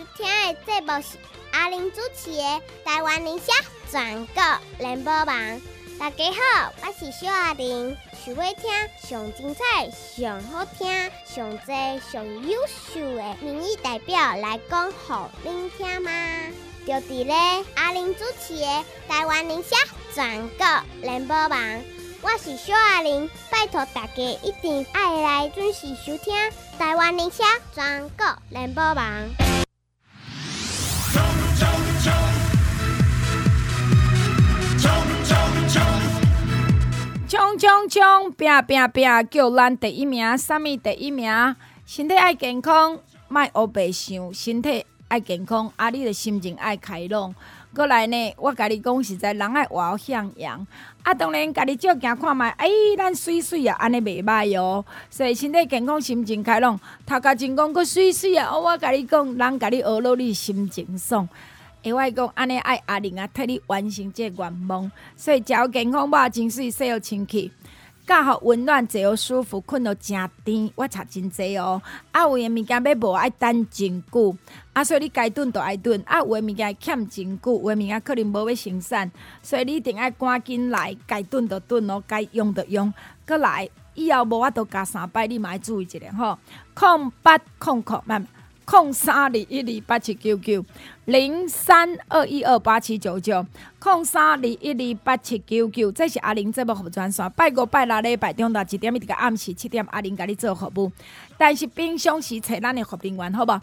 听的节目是阿玲主持的《台湾理想全国联播网》。大家好，我是小阿玲。想要听上精彩、上好听、上多、上优秀的民意代表来讲给您听吗？就伫咧阿玲主持的《台湾理想全国联播网》。我是小阿玲，拜托大家一定要来准时收听台湾理想全国联播网。 冲，拼，叫咱第一名。啥物第一名？身体爱健康，莫黑白想。身体爱健康，你的心情爱开朗。过来呢，我甲你讲实在，人爱活向阳。当然，家己照镜看卖，咱水水啊，安尼袂歹哦。所以身体健康，心情开朗，头壳真讲佫水水啊。我甲你讲，人甲你学落，你心情爽。我讲安尼爱阿玲啊，替你完成这个愿望。所以食好健康饱，真水，洗好清气。觉好温暖，坐好舒服，困到真甜，我查真济哦。有诶物件要无爱等真久，所以你该炖就爱炖。有诶物件欠真久，有诶物件可能无要生产，所以你一定爱赶紧来，该炖就炖哦，该用就用。过来以后无法度加3摆，你嘛要注意一下吼。032128799032128799，0321287990，这是阿玲节目服务专线。拜五拜六礼拜中昼1点一直到暗时7点，阿玲甲你做服务。但是平常时找咱的服务人员，好无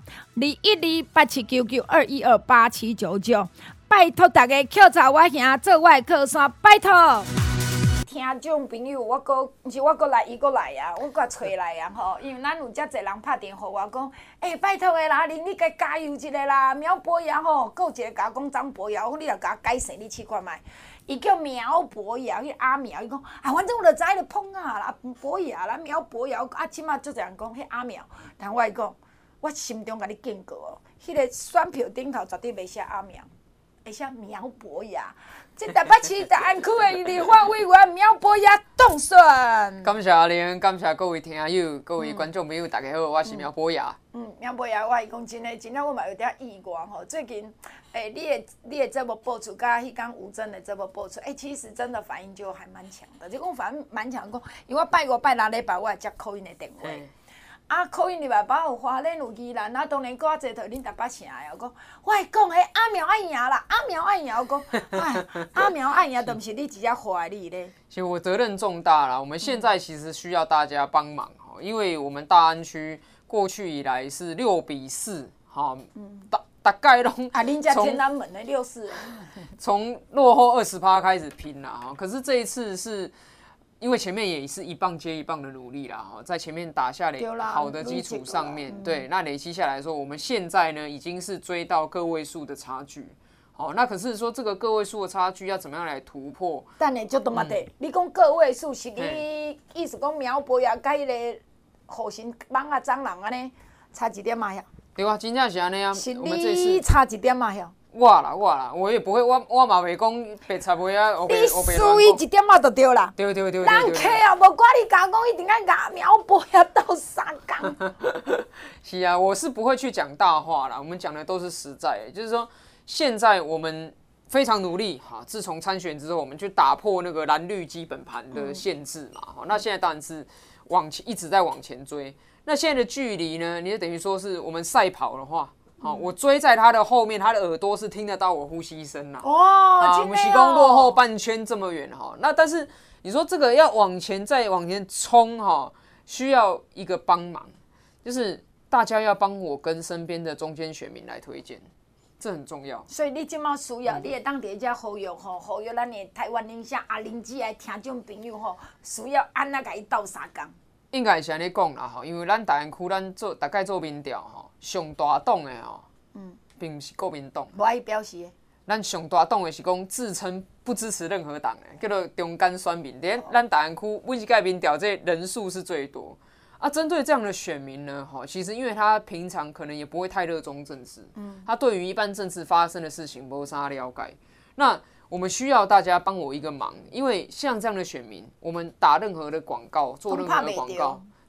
？21287992128799，拜托大家扣查我兄做我的靠山，拜托。听众朋友，我来，伊来啊，我找来啊吼，因为咱有遮侪人拍电话我讲，拜托的啦，玲你该加油一下啦，苗博雅吼，还有一个甲我讲张博雅，我讲你若甲我改姓，你试看卖。伊叫苗博雅，迄阿苗，伊讲反正我就知就碰啊啦，博雅啦，苗博雅，即马足侪人讲迄阿苗，但我会讲，我心中甲你警告哦，迄个选票顶头绝对袂写阿苗，会写苗博雅。这台北市大安区的立法委员苗博雅当选。 感谢阿玲，感谢各位听友、各位观众朋友，大家好，我是苗博雅。 苗博雅，我会讲真的，我嘛有点意外吼。最近，你的节目播出，甲迄天吴峥的节目播出，其实真的反应就还蛮强的。就讲反正蛮强，讲因为我拜5拜6礼拜，我会接call in的电话。call in入来，把有花莲有宜兰，当然搁较济头恁台北城的哦，讲我会讲阿苗爱赢啦，阿苗爱赢，我讲阿苗爱赢，都毋是你直接花你咧。 其实我责任重大啦，我们现在其实需要大家帮忙因为我们大安区过去以来是6比4，大概拢恁遮天安门的6-4， 从落后20%开始拼啦可是这一次是。因为前面也是一棒接一棒的努力啦，在前面打下好的基础上面，对，那累积下来说，我们现在呢已经是追到个位数的差距，那可是说这个个位数的差距要怎么样来突破？ 等下就多嘛的，你讲个位数是你意思讲苗博雅甲迄个火星蠓啊蟑螂安尼差一点嘛呀？ 对啊，真正是安尼啊， 是你差一点嘛呀？ 我啦，我也不会，我嘛袂讲白插袂啊， 你输伊一点仔就对啦。 对。 人客啊，无怪你讲一定要牙苗博雅斗3工。 是啊，我是不会去讲大话啦，我们讲的都是实在的，就是说现在我们非常努力自从参选之后，我们去打破那个蓝绿基本盘的限制嘛，那现在当然是一直在往前追。那现在的距离呢，你就等于说是我们赛跑的话。我追在他的后面，他的耳朵是听得到我呼吸声啦。 哇， 我们徐公落后半圈这么远那但是你说这个要再往前冲需要一个帮忙，就是大家要帮我跟身边的中间选民来推荐，这很重要。 所以你今麦需要，你会当伫遮呼吁呼吁咱的台湾人阿玲姐的听众朋友需要安怎甲伊斗3工？ 应该是安尼讲啦因为咱大安区大概做民调上大党的并不是国民党。 无爱表示的。 咱上大党的是讲自称不支持任何党的，叫做中间选民。咱大安区每一届民调这人数是最多。针对这样的选民呢，其实因为他平常可能也不会太热衷政治，他对于一般政治发生的事情没啥了解。那我们需要大家帮我一个忙，因为像这样的选民，我们打任何的广告，做任何的广告，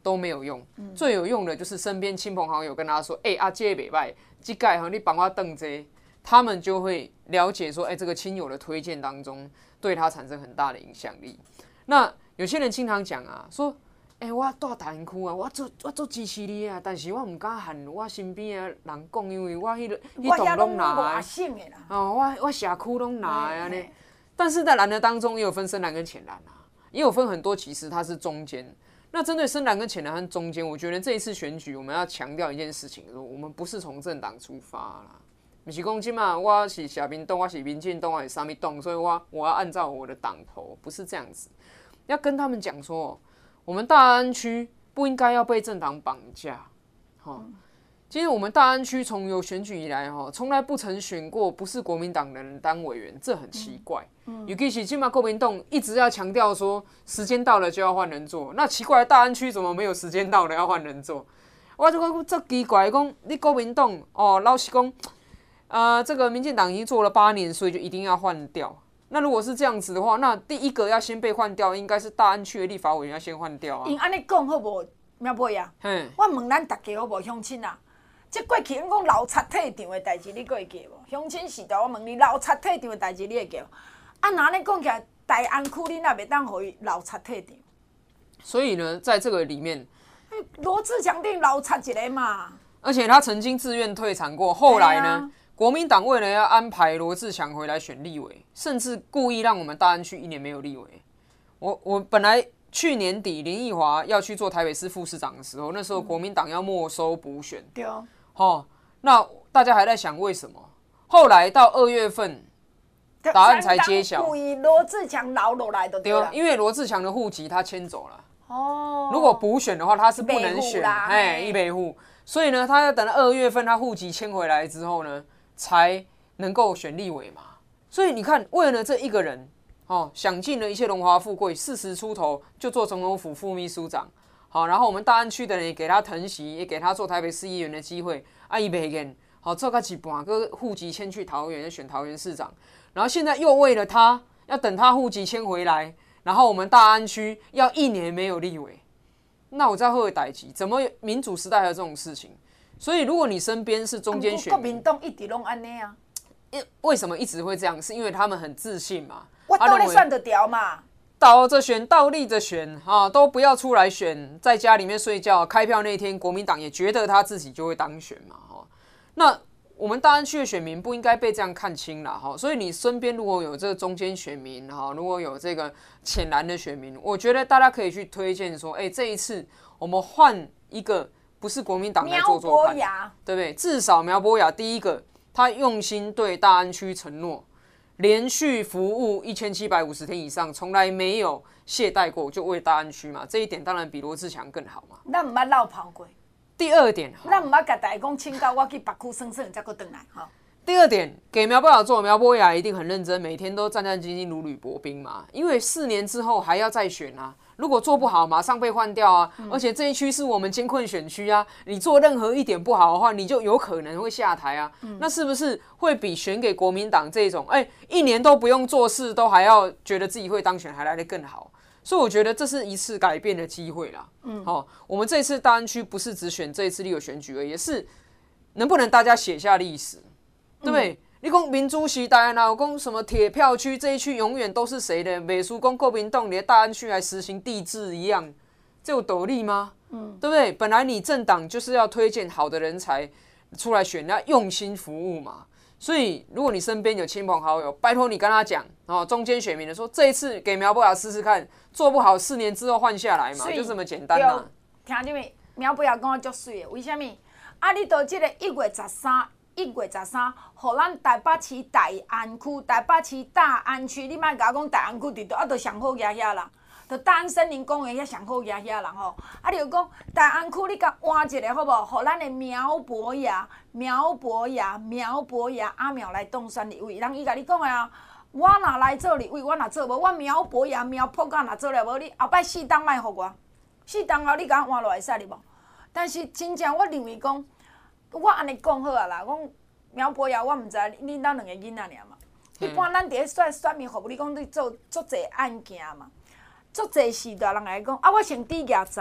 都没有用，最有用的就是身边亲朋好友跟他说，这个袂歹，这个你帮我炖这，他们就会了解说，这个亲友的推荐当中对他产生很大的影响力。那有些人经常讲啊，说，我住大安区啊，我做支持你啊，但是我唔敢和我身边的人讲，因为我迄栋拢拿的，我社区拢拿的安尼。但是在蓝的当中也有分深蓝跟浅蓝啊，也有分很多，其实它是中间。那针对深蓝跟浅蓝和中间，我觉得这一次选举我们要强调一件事情，我们不是从政党出发啦，不是讲今嘛我是社民党，我是民进党，我是啥物党，所以我要按照我的党投，不是这样子。要跟他们讲说，我们大安区不应该要被政党绑架，其实我们大安区从有选举以来，从来不曾选过不是国民党的人当委员，这很奇怪。尤其是现在国民党一直要强调说时间到了就要换人做，那奇怪，大安区怎么没有时间到了要换人做？我就讲这奇怪，讲你国民党老实讲，这个民进党已经做了8年，所以就一定要换掉。那如果是这样子的话，那第一个要先被换掉，应该是大安区的立法委员要先换掉啊。 因安尼讲好无？苗妹啊，我问咱大家好无乡亲啊？即过去咱讲老贼退场的代志，你还会记无？乡亲时代，我问你，老贼退场的代志，你会记无？那安尼讲起来，大安区你哪袂当予伊老贼退场？ 所以呢，在这个里面， 罗志强定老贼一个嘛。而且他曾经自愿退场过，后来呢，国民党为了要安排罗志强回来选立委，甚至故意让我们大安区1年没有立委。我本来去年底林奕华要去做台北市副市长的时候，那时候国民党要没收补选。 对。 那大家还在想为什么？后来到2月份，答案才揭晓。 罗志强留落来就对了。 因为罗志强的户籍他迁走了。如果补选的话，他是不能选，一北户。所以呢，他要等到2月份他户籍迁回来之后呢，才能够选立委嘛。所以你看，为了这一个人，享尽了一切荣华富贵，40出头就做总统府副秘书长。然后我们大安区的人也给他疼惜，也给他做台北市议员的机会，他不愿，做到一半，个户籍迁去桃园，选桃园市长。然后现在又为了他，要等他户籍迁回来，然后我们大安区要1年没有立委，那我知道会有代志，怎么民主时代还有这种事情？所以如果你身边是中间选民， 国民党一直拢安尼啊。 为什么一直会这样？是因为他们很自信嘛。 我倒咧算得掉嘛。 倒着选，倒立着选，都不要出来选，在家里面睡觉。开票那天，国民党也觉得他自己就会当选嘛，那我们大安区的选民不应该被这样看清啦，所以你身边如果有这个中间选民，如果有这个浅蓝的选民，我觉得大家可以去推荐说，这一次我们换一个不是国民党来做做看，对不对？至少苗博雅第一个，他用心对大安区承诺。连续服务1750天以上，从来没有懈怠过，就为大安区嘛，这一点当然比罗志强更好嘛。 咱唔捌落跑过。 第二点， 咱唔捌甲大家讲，请假我去北区算算，再搁回来哈。 第二点，给苗博雅做，苗博雅一定很认真，每天都战战兢兢，如履薄冰嘛。因为4年之后还要再选啊，如果做不好，马上被换掉啊。而且这一区是我们艰困选区啊，你做任何一点不好的话，你就有可能会下台啊。那是不是会比选给国民党这种，1年都不用做事，都还要觉得自己会当选，还来得更好？所以我觉得这是一次改变的机会啦。我们这次大安区不是只选这一次立委选举而已，也是能不能大家写下历史。对不对？你讲民主时代啊，有讲什么铁票区这一区永远都是谁的？美术讲国民党连大安区还实行地制一样，这有道理吗？对不对？本来你政党就是要推荐好的人才出来选，要用心服务嘛。所以如果你身边有亲朋好友，拜托你跟他讲中间选民的说，这一次给苗博雅试试看，做不好4年之后换下来嘛，就这么简单啊。 听到没？苗博雅讲得足水的，为什么？你到这个1月13，互咱台北市大安区、台北市大安区，你莫甲我讲大安区伫倒，就上好遐啦，就大安森林公园遐上好遐啦吼。你就讲大安区，你甲换一个好无？互咱的苗博雅阿苗来当选立委，人伊甲你讲的啊，我若来做立委，我若做无，我苗博雅苗破甲若做了无，你后摆4党莫互我，4党后你甲我换落会使哩无？但是真正我认为讲。我安尼讲好啊啦，讲苗博雅，我毋知恁兜2个囡仔尔嘛。一般咱伫咧选民服务，你讲你做足侪案件嘛，足侪时代人来讲，我先低牙走，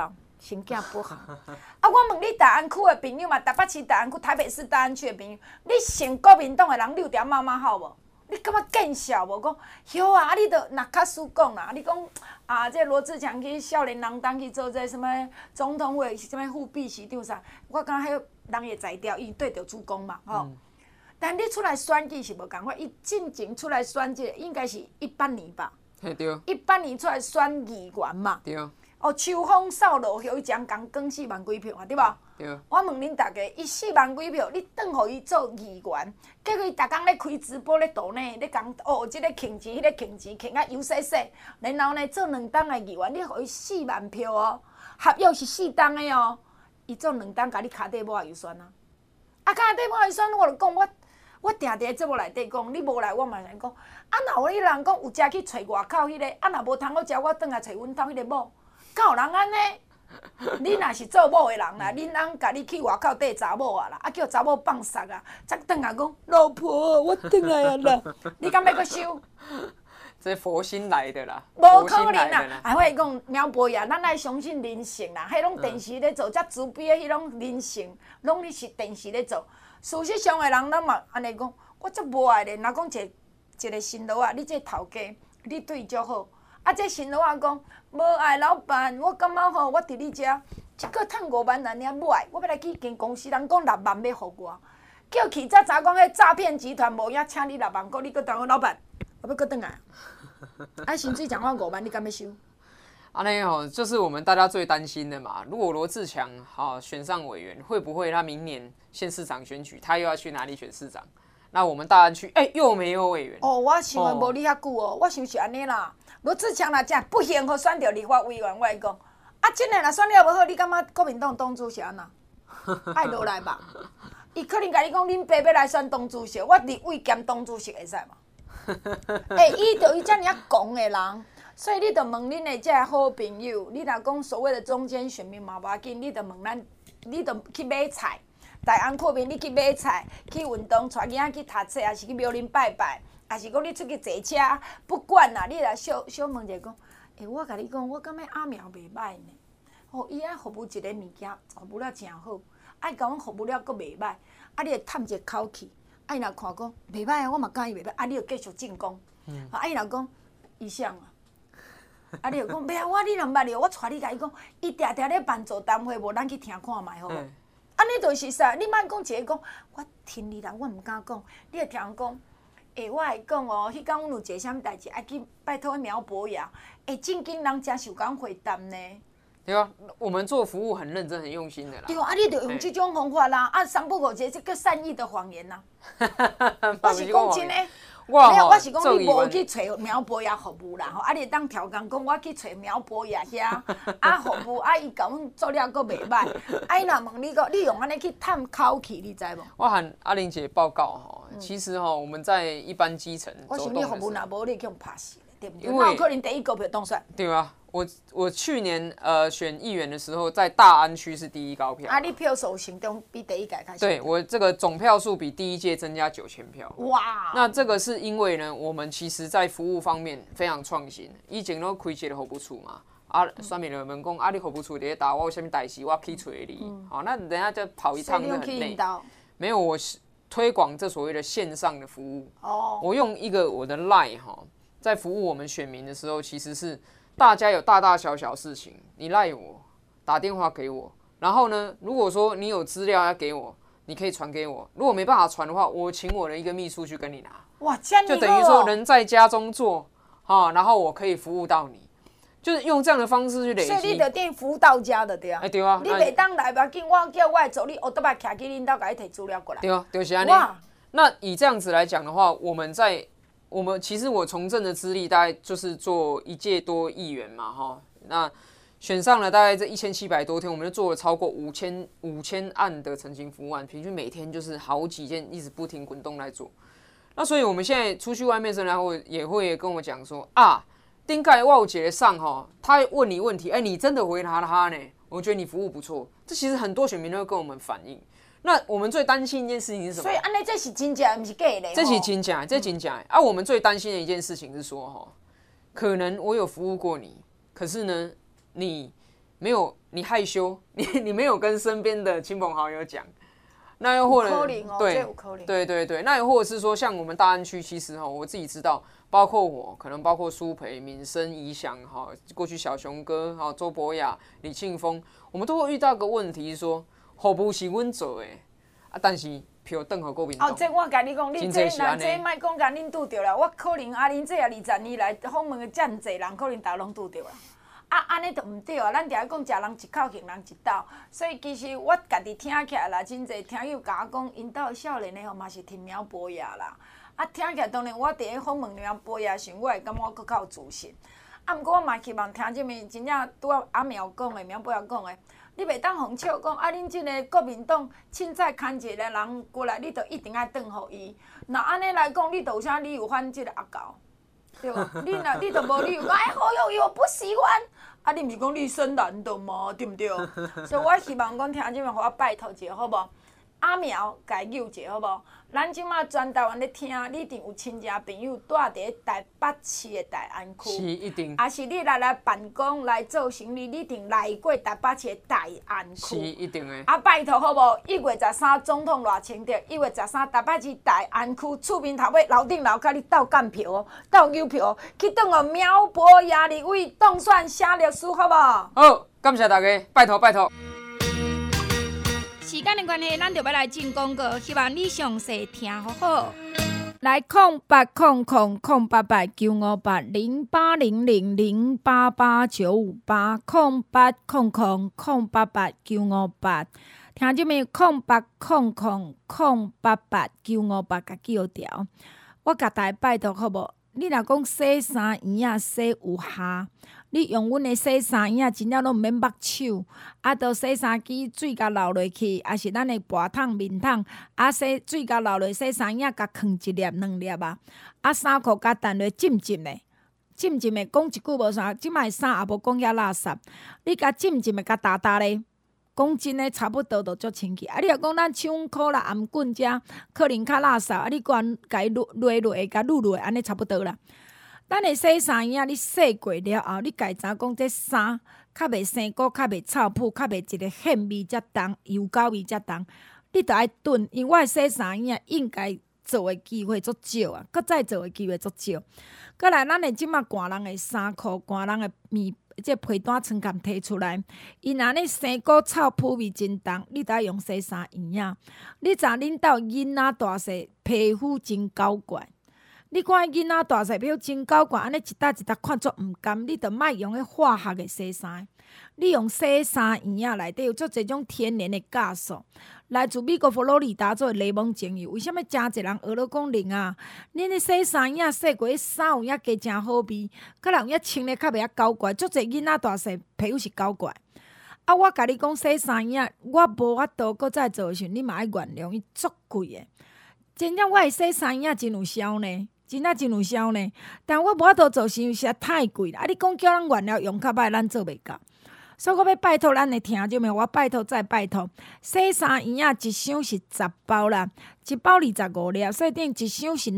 成绩不好。啊，我问你大安区的朋友嘛，台北市大安区、台北市大安区的朋友，你信国民党的人，你有条妈妈好无？你感觉见笑无？讲有啊，啊你著若较输讲啦，你讲啊，这罗志强去少年人党去做这什么总统委什么副秘书长啥，我感觉迄人会才调，伊对着主攻嘛，吼。但你出来选举是无共款，伊进前出来选这个应该是18年吧？ 嘿对。 18年出来选议员嘛？ 对。 哦，秋风扫落叶，伊将共捐4万几票啊，对无？ 对。 我问恁大家，伊4万几票，你转互伊做议员，结果伊逐工咧开直播咧倒呢，咧讲哦，即个欠钱，迄个欠钱，欠啊油洗洗，然后呢做2党的议员，你互伊4万票哦，合约是4党的哦，伊做2党，甲你骹底抹油选啊！啊，骹底抹油选，我就讲我定伫咧节目内底讲，你无来我嘛来讲。啊，若有迄人讲有食去找外口迄个，啊，若无通好食，我转来找阮兜迄个某，敢有人安尼？你若是做某的人啦，恁翁甲你去外口缀查某啊啦，啊叫查某放杀啊，才转来讲老婆，我转来啊啦，你敢要搁收？ 这佛心来的啦， 无可能啦！啊，我讲苗博呀，咱爱相信人性啦，迄拢电视咧做，遮慈悲的迄种人性，拢你是电视咧做。事实上的人，咱嘛安尼讲，我足无爱咧。若讲一个新郎啊，你这头家，你对伊足好。啊，这新郎啊讲，无爱老板，我感觉吼，我伫你遮，一个趁5万安尼买，我要来去间公司，人讲6万要互我，叫去才查讲迄诈骗集团无影请你6万块，你搁当我老板，我要搁转来。啊，薪水奖我5万，你敢要收？ 安尼吼，就是我们大家最担心的嘛。如果罗志强选上委员，会不会他明年县市长选举，他又要去哪里选市长？那我们大安区又没有委员。 哦，我想的无你遐久哦，我想是安尼啦。罗志强若真不幸互选到立法委员，我会讲，啊，真诶若选了无好，你感觉国民党党主席安那？爱落来吧。伊可能甲你讲，恁爸要来选党主席，我立委兼党主席会使嘛？伊就伊遮尔啊狂的人。所以你着问恁的这好朋友，你若讲所谓的中间选民嘛无要紧，你着问咱，你着去买菜。大安区边你去买菜，去运动，带囡仔去读册，还是去庙林拜拜，还是讲你出去坐车，不管啦，你来小问者讲，我甲你讲，我感觉阿苗袂歹呢。哦，伊爱服务一个物件，服务了真好，爱甲阮服务了阁袂歹，啊，你会叹一个口气，啊，伊若看讲袂歹啊，我嘛感觉袂歹，啊，你着继续进攻，啊，伊若讲医生啊。啊！你就讲，袂啊！你若捌着，我带你甲伊讲，伊定定咧办座谈会，无咱去听看卖好无？安尼就是啥？你莫讲一个讲，我听你啦，我毋敢讲。你会听人讲，我会讲哦，迄天阮有一个啥物代志，爱去拜托苗博雅，正经人真是有敢回答呢。 对啊，我们做服务很认真、很用心的啦。 对啊，你着用这种方法啦，啊，3不5节，这叫善意的谎言啦。我是讲真诶。没有，我是讲你无去找苗博雅服务啦，吼，啊，你当调工讲我去找苗博雅遐，啊，服务啊，伊甲阮做了阁袂歹，啊，伊若问你个，你用安尼去探口气，你知无？ 我和阿玲姐报告吼，其实吼，我们在一般基层我想你服务若无，你去用拍死，对不对？ 哪有可能第一高票当选？ 对啊，我去年选议员的时候，在大安区是第1高票。 啊，你票数成中比第一届开始。 对，我这个总票数比第1届增加9000票。 哇！ 那这个是因为呢，我们其实在服务方面非常创新。以前都开一个服务处嘛，啊，选民就问讲，啊，你服务处伫咧打我有啥物代志，我去找你。好，那人家就跑一趟就很累。没有，我推广这所谓的线上的服务。哦。我用一个我的 LINE 哈，在服务我们选民的时候，其实是。大家有大大小小事情，你赖我，打电话给我。然后呢，如果说你有资料要给我，你可以传给我。如果没办法传的话，我请我的一个秘书去跟你拿。 哇，这样就等于说人在家中做，然后我可以服务到你，就是用这样的方式去累积。 所以你得电服务到家的对啊。 对啊。 你袂当来吧？紧，我叫我的助理，我都把徛去恁兜，甲你摕资料过来。 对啊，就是安尼。那以这样子来讲的话，其实我从政的资历大概就是做1届多议员嘛，哈，那选上了大概这1700多天，我们就做了超过5000案的陈情服务案，平均每天就是好几件，一直不停滚动来做。那所以我们现在出去外面的时候，也会跟我讲说啊，顶盖我有一个上哈，他问你问题，你真的回答他呢，我觉得你服务不错。这其实很多选民都会跟我们反映。那我们最担心一件事情是什么？ 所以安尼这是真假，不是假的。 这是真假，这真假。我们最担心的一件事情是说，可能我有服务过你，可是呢，你没有你害羞，你没有跟身边的亲朋好友讲，那又或者对，那又或者是说，像我们大安区，其实我自己知道，包括我，可能包括苏培、敏生、怡翔过去小熊哥周博雅、李庆峰，我们都会遇到个问题，说服务是阮做的但是票转给国民党。 这我甲你讲，你这莫讲甲恁拄着啦，我可能恁这20年来访问的遮尔济人，可能大家拢拄着啦。安尼就毋对啊！咱定讲食人一口，敬人一斗，所以其实我家己听起来啦，真济听友甲我讲，因兜少年的嘛是听苗博雅啦。听起来当然我伫咧访问苗博雅时，我会感觉我更较有自信。毋过我嘛希望听即面真正拄啊阿苗讲的，苗博雅讲的，你袂当哄笑讲恁即个国民党凊彩牵一个人过来，你就一定爱转互伊。那安尼来讲，你就有啥理由反即个阿狗？对吧？你都无理由讲，侯友宜我不喜欢。你毋是讲你深蓝的吗？对毋对？所以我希望讲听即面，互我拜托一下，好无？阿苗，家扭一下，好无？咱即马全台湾咧听，你一定有亲戚朋友住伫台北市的大安区， 是一定。 也是你来办公来做生意，你一定来过台北市的大安区， 是一定的。 拜托好无？1月13总统偌清德，1月13台北市大安区厝边头尾楼顶楼甲你斗干票哦，斗邮票，去转互苗博雅立委当选写历史，好无？ 好，感谢大家，拜托拜托。 时间的关系，咱就要来进广告，希望你详细听好好。来0800-088-958，0800-088-958，听这面0800-088-958，甲记好条。我甲大家拜托好无？你若讲洗衫衣啊，洗有效。你用阮的洗衫衣啊，真正拢毋免目手，倒洗衫机水甲流落去，也是咱的bod桶、面桶，洗水甲流落洗衫衣啊，甲放1粒2粒衫裤甲等落浸的，讲一句无啥，即摆衫也无讲遐垃圾，你甲浸的甲打咧，讲真诶，差不多就足清气。你若讲咱抢裤啦、颔棍遮，可能较垃圾，你管甲伊落甲撸落，安尼差不多啦。咱的洗衫衣啊，你洗过了后，你家知讲这衫较袂生菇，较袂臭扑，较袂一个咸味遮重、油膏味遮重，你着爱炖。因为我的洗衫衣啊，应该做的机会足少啊，搁再做的机会足少。搁来，咱的即马寒人的衫裤、寒人的这被单床杆摕出来，因安尼生菇臭扑味真重，你着爱用洗衫衣啊。你知恁兜囡仔大细皮肤真狗怪。你看囡仔大细表真狗怪，安尼一搭看足毋甘，你着莫用迄化学的洗衫，你用洗衫衣啊内底有足侪种天然的酵素，来自美国佛罗里达做的柠檬精油。为什物真侪人学了讲灵啊？恁的洗衫衣啊洗过，衫有影加真好味，可能有影穿咧较袂狗怪，足侪囡仔大细皮肤是狗怪。我甲你讲洗衫衣啊，我无法度搁再做的时候，你嘛爱原谅，伊足贵的。真正我的洗衫衣啊真有销呢。真正真有销呢，但我无法度做，是因为实在太贵啦。你讲叫咱原料用较歹，咱做袂到。所以我要拜托咱的听众们，我拜托再拜托，洗衫衣啊，一箱是10包啦，一包25粒，所以等一箱是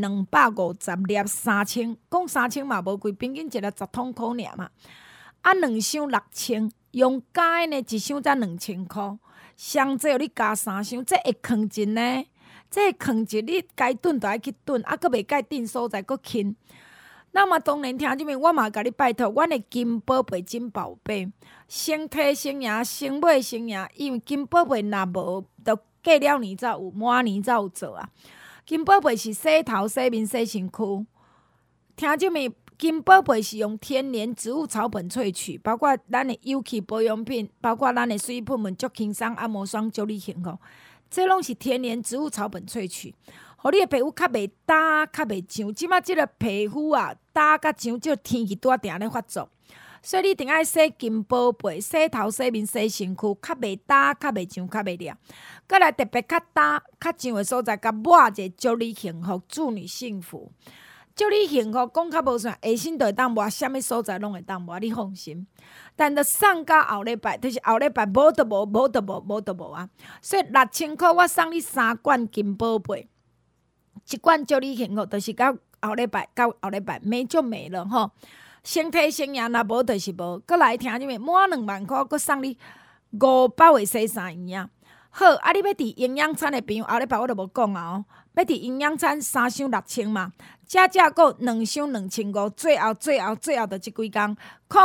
250粒，3000，讲3000嘛无贵，平均一个10桶箍尔嘛。2箱6000，用假的呢，一箱才2000箍，上济你加3箱，这会坑真呢。这放一你该炖就爱去炖，阁袂该炖所在阁轻。那么当然听即面，我嘛甲你拜托，阮的金宝贝金宝贝，身体生涯、生买生涯，因为金宝贝若无，就过了年才有，满年才有做啊。金宝贝是洗头、洗面、洗身躯。听即面，金宝贝是用天然植物草本萃取，包括咱的有机保养品，包括咱的水喷门、足轻松按摩霜、祝你幸福。这拢是天然植物草本萃取，互你的皮肤较袂干、较袂痒。即马即个皮肤啊，干甲痒，即个天气拄定咧发作，所以你一定爱洗金宝贝，洗头、洗面、洗身躯，较袂干、较袂痒、较袂凉。搁来特别较干、较痒的所在，甲抹者祝你幸福，祝你幸福。祝你幸福，讲较无啥，下身就会当抹，啥物所在拢会当抹，你放心。但着送到后礼拜，就是后礼拜无就无，无就无，无就无啊！所以6000块我送你3罐金宝贝，一罐祝你幸福，就是到后礼拜，没就没了吼。 身体生涯若无就是无，搁来听你们满2万块，搁送你500个洗衫衣啊！好，啊，你要伫营养餐的朋友，后礼拜我就无讲啊哦。要伫营养餐3箱6000嘛，加个2箱2500，最后就即几工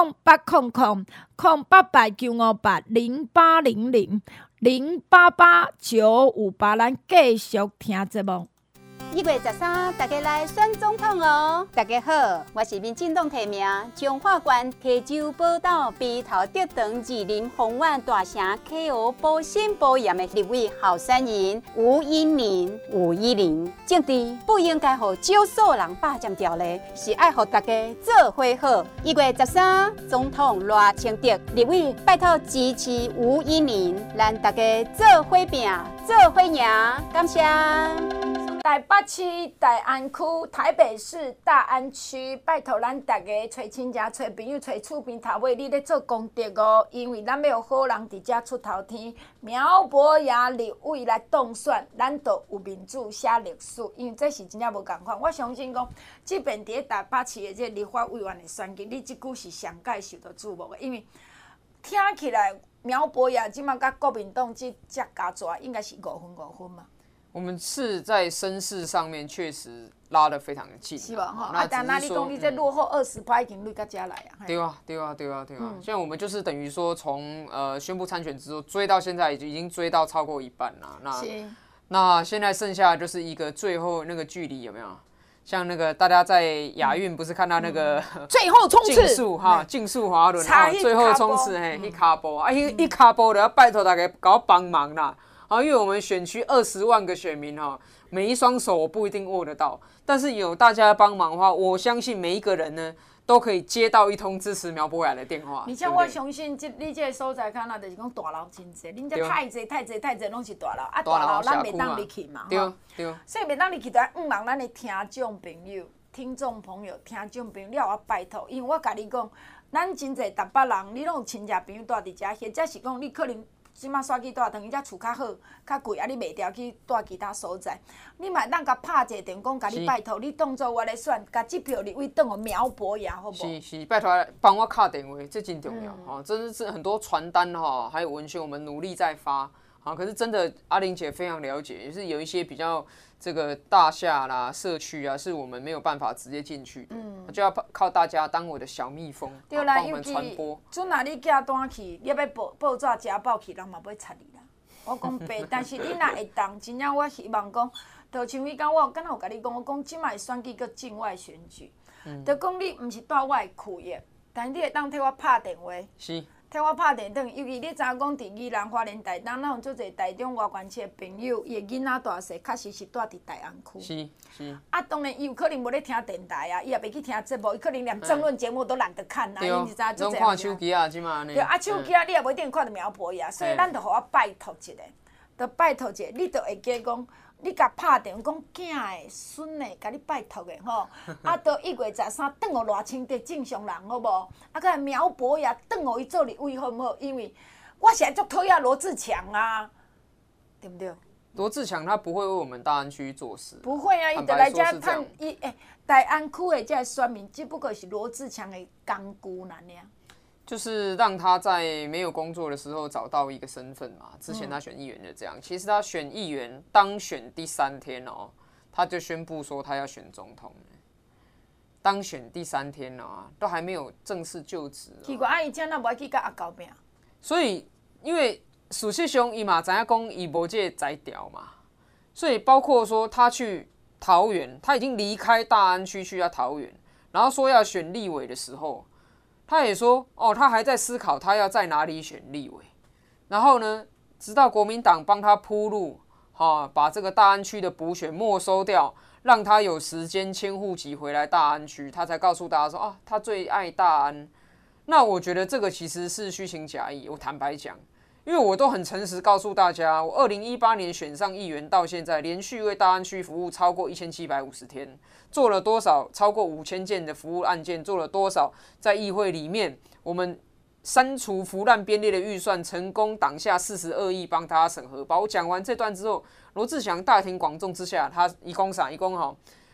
0800-080000888-958，咱继续听节目。 1月13，大家来选总统哦！大家好，我是民进党提名彰化县溪州宝岛鼻头竹塘二林丰苑大城 KO 保心保炎的立委候选人吴依林，政治不应该互少数人霸占掉的，是爱互大家做伙好。1月13，总统赖清德立委拜托支持吴依林，咱大家做伙拼，做伙赢，感谢。 台北市大安区、台北市大安区，拜托咱大家找亲戚、找朋友、找厝边头尾，你咧做功德哦。因为咱要有好人伫遮出头天，苗博雅立委来当选，咱就有民主写历史。因为这是真正无共款。我相信讲，即便伫咧台北市的这立法委员的选举，你即句是上届受到注目的，因为听起来苗博雅即马甲国民党即只加抓应该是5分嘛。 我们是在声势上面确实拉得非常的近， 是吧？哈，但那你讲你这落后20%已经累到遮来啊？ 对啊。现在我们就是等于说从宣布参选之后追到现在，已经追到超过一半了。那现在剩下就是一个最后那个距离有没有？像那个大家在亚运不是看到那个最后冲刺竞速滑轮最后冲刺一卡波啊一卡波的要拜托大家搞帮忙啦。因为我们选区20万个选民每一双手我不一定握得到，但是有大家帮忙的话，我相信每一个人呢都可以接到一通支持苗博雅的电话。 而且我相信你这个所在看就是讲大楼真济，恁这太济拢是大楼，啊大楼咱袂当入去嘛， 对， 所以袂当入去，就要望咱的听众朋友、听众朋友、你也我拜托，因为我甲你讲，咱真济台北人，你拢有亲戚朋友住伫遮，或者是讲你可能。即马选去住等伊遮厝较好、较贵，啊！你袂调去住其他所在，你嘛当甲拍一个电讲，甲你拜托，你当作我咧选，甲这票立委当我苗博雅，好不好？ 是，拜托帮我敲电话，这真重要真是很多传单还有文宣，我们努力在发可是真的阿玲姐非常了解，也是有一些比较这个大厦啦、社区啊，是我们没有办法直接进去的，就要靠大家当我的小蜜蜂，帮我们传播。 阵啊，你寄单去，你要报纸家报去，人嘛要插你啦。我讲白，但是你若会当，真正我希望讲，就像迄天我敢若有甲你讲，我讲即摆选举个境外选举，就讲你毋是住我的区域，但是你会当替我拍电话。 是。 替我拍电话，尤其你知影讲，伫宜兰花莲台东，咱有足侪台中外县市的朋友，伊的囡仔大细，确实是住伫大安区。 是。 当然，伊有可能无咧听电台啊，伊也袂去听节目，伊可能连政论节目都懒得看啊，因是知拢看手机啊，即嘛呢。 对啊，手机啊，你也无一定看到苗博雅，所以咱就互我拜托一下，你就会记讲。你甲拍电话讲囝的、孙的，甲你拜托的吼，到1月13，转互赖清德正常人好无？甲苗博雅转互伊做立委好唔好？因为我现在足讨厌罗志强啊，对不对？ 罗志强他不会为我们大安区做事， 不会啊，伊就来遮趁伊大安区的这选民，只不过是罗志强的工具尔。 就是让他在没有工作的时候找到一个身份嘛。之前他选议员就这样，其实他选议员当选第3天他就宣布说他要选总统。当选第3天都还没有正式就职。 奇怪，伊怎那无去甲阿狗拼？ 所以因为事实上伊嘛知影讲伊无这个才调嘛，所以包括说他去桃园，他已经离开大安区去到桃园，然后说要选立委的时候。他也说，他还在思考他要在哪里选立委，然后呢，直到国民党帮他铺路，把这个大安区的补选没收掉，让他有时间迁户籍回来大安区，他才告诉大家说，他最爱大安。那我觉得这个其实是虚情假意，我坦白讲，因为我都很诚实告诉大家，我2018年选上议员到现在，连续为大安区服务超过1750天。做了多少超过5000件的服务案件？做了多少在议会里面，我们删除腐烂编列的预算，成功挡下42亿帮他审核。把我讲完这段之后，罗志祥大庭广众之下，他一讲啥？一讲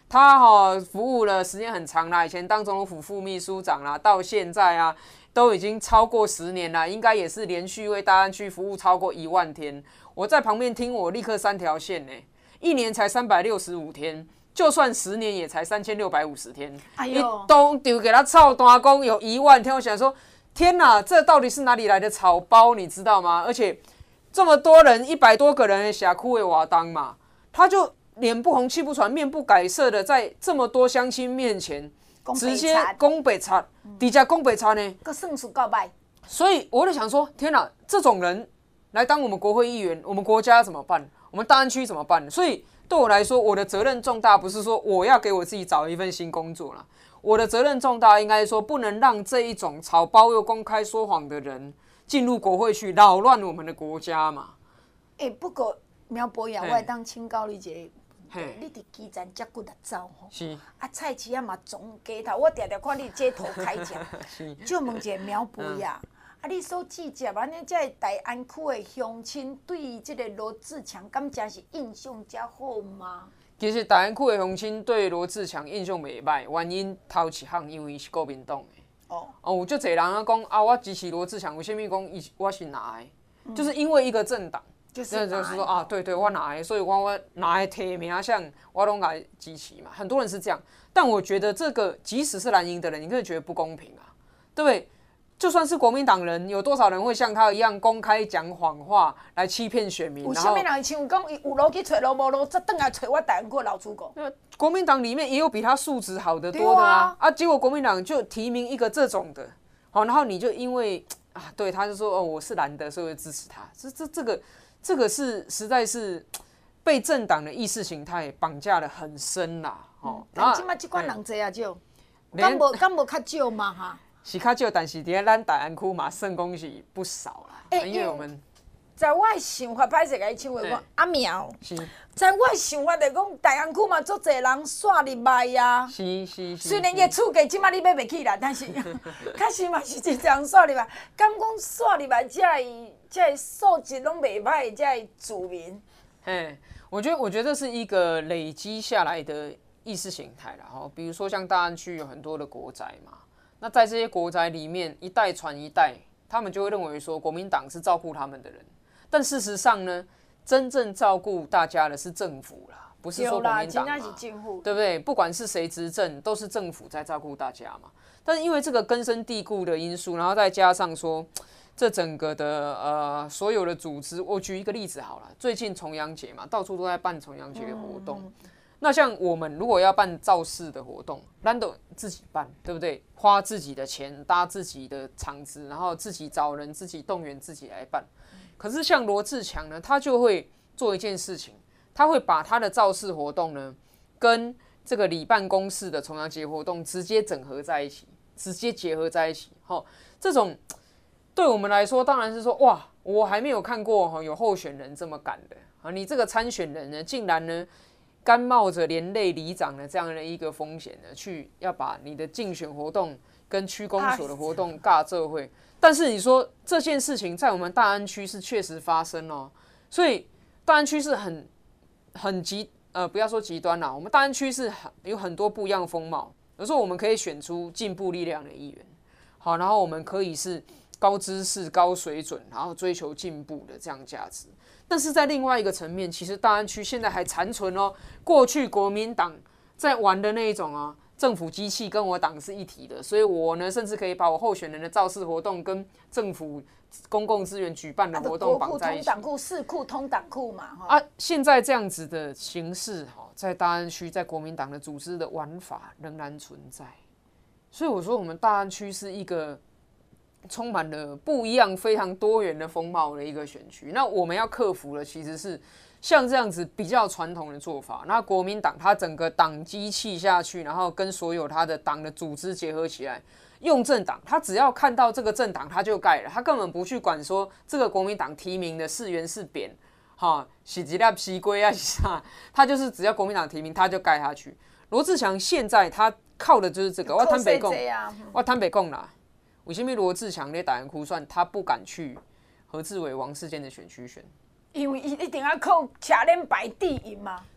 他服务了时间很长啦，以前当总统府副秘书长啦，到现在啊都已经超过10年啦，应该也是连续为大安区服务超过1万天。我在旁边听，我立刻3条线呢，1年才365天，就算10年也才3650天。 哎呦， 都丢给他操大工有1万天，我想说，天哪，这到底是哪里来的草包，你知道吗？而且这么多人，100多个人的峡谷的瓦当嘛，他就脸不红气不喘、面不改色的，在这么多乡亲面前，直接讲白贼，底下讲白贼呢， 个算数够歹。 所以我就想说，天哪，这种人来当我们国会议员，我们国家怎么办？我们大安区怎么办？所以对我来说，我的责任重大，不是说我要给我自己找一份新工作啦。我的责任重大，应该说不能让这一种草包又公开说谎的人进入国会去扰乱我们的国家嘛。 不过苗博雅，我会当请教你一个。你伫基层遮久来走吼，菜市啊嘛总街头，我常常看你街头开讲。就问一下苗博雅，你所记者安尼在大安区的乡亲对这个罗志强，敢真是印象遮好吗？ 其实大安区的乡亲对罗志强印象袂歹，原因头一项因为是国民党的。有足侪人啊讲我支持罗志强，为什么讲我是哪的？就是因为一个政党。就是说啊，对，我哪来，所以我哪来提名像我拢来支持嘛。很多人是这样，但我觉得这个即使是蓝营的人，你可以觉得不公平啊，对不对？就算是国民党人，有多少人会像他一样公开讲谎话来欺骗选民？ 有啥物人会像讲有路去找路，无路再转来找我大安区老主公？ 国民党里面也有比他素质好的多的啊，结果国民党就提名一个这种的，然后你就因为对，他就说我是蓝的，所以我支持他。这个是实在是被政党的意识形态绑架得很深啦， 但即摆即款人侪啊少，敢无较少嘛哈？ 是较少，但是伫咱大安区嘛，算讲是不少啦。因为我们在我的想法，歹势甲伊唱话讲阿苗，在我的想法就讲大安区嘛，足侪人煞入来啊。是。虽然伊的厝价即摆你买袂起啦，但是确实嘛是真侪人煞入来。敢讲煞入来，这素质拢袂歹，这住民。 我觉得这是一个累积下来的意识形态啦。比如说像大安区有很多的国宅嘛，那在这些国宅里面，一代传一代，他们就会认为说国民党是照顾他们的人，但事实上呢，真正照顾大家的是政府啦，不是说国民党嘛，对不对？不管是谁执政，都是政府在照顾大家嘛。但是因为这个根深蒂固的因素，然后再加上说，这整个的所有的组织，我举一个例子好了，最近重阳节嘛，到处都在办重阳节的活动。那像我们如果要办造势的活动，咱都自己办，对不对？花自己的钱，搭自己的场子，然后自己找人，自己动员，自己来办。可是像罗志强呢，他就会做一件事情，他会把他的造势活动呢，跟这个里办公室的重阳节活动直接整合在一起，直接结合在一起。这种对我们来说，当然是说哇，我还没有看过有候选人这么敢的你这个参选人呢，竟然呢，甘冒着连累里长的这样的一个风险呢，去要把你的竞选活动跟区公所的活动尬这会。但是你说这件事情在我们大安区是确实发生哦，所以大安区是很不要说极端啦，我们大安区是有很多不一样的风貌。有时候我们可以选出进步力量的议员，好，然后我们可以是高知识、高水准，然后追求进步的这样价值。但是在另外一个层面，其实大安区现在还残存过去国民党在玩的那一种政府机器跟我党是一体的，所以我呢甚至可以把我候选人的造势活动跟政府公共资源举办的活动绑在一起。 国库通党库、市库通党库嘛。 现在这样子的形式在大安区，在国民党的组织的玩法仍然存在。所以我说，我们大安区是一个充满了不一样、非常多元的风貌的一个选区。那我们要克服的其实是像这样子比较传统的做法。那国民党它整个党机器下去，然后跟所有它的党的组织结合起来，用政党，他只要看到这个政党他就盖了，他根本不去管说这个国民党提名的是圆是扁，是一粒西瓜啊是啥，他就是只要国民党提名他就盖下去。罗志强现在他靠的就是这个，我坦白讲啦，为什么罗志强在大安区算他不敢去何志伟、王世坚的选区选？ 因为一定要靠车轮排第一嘛。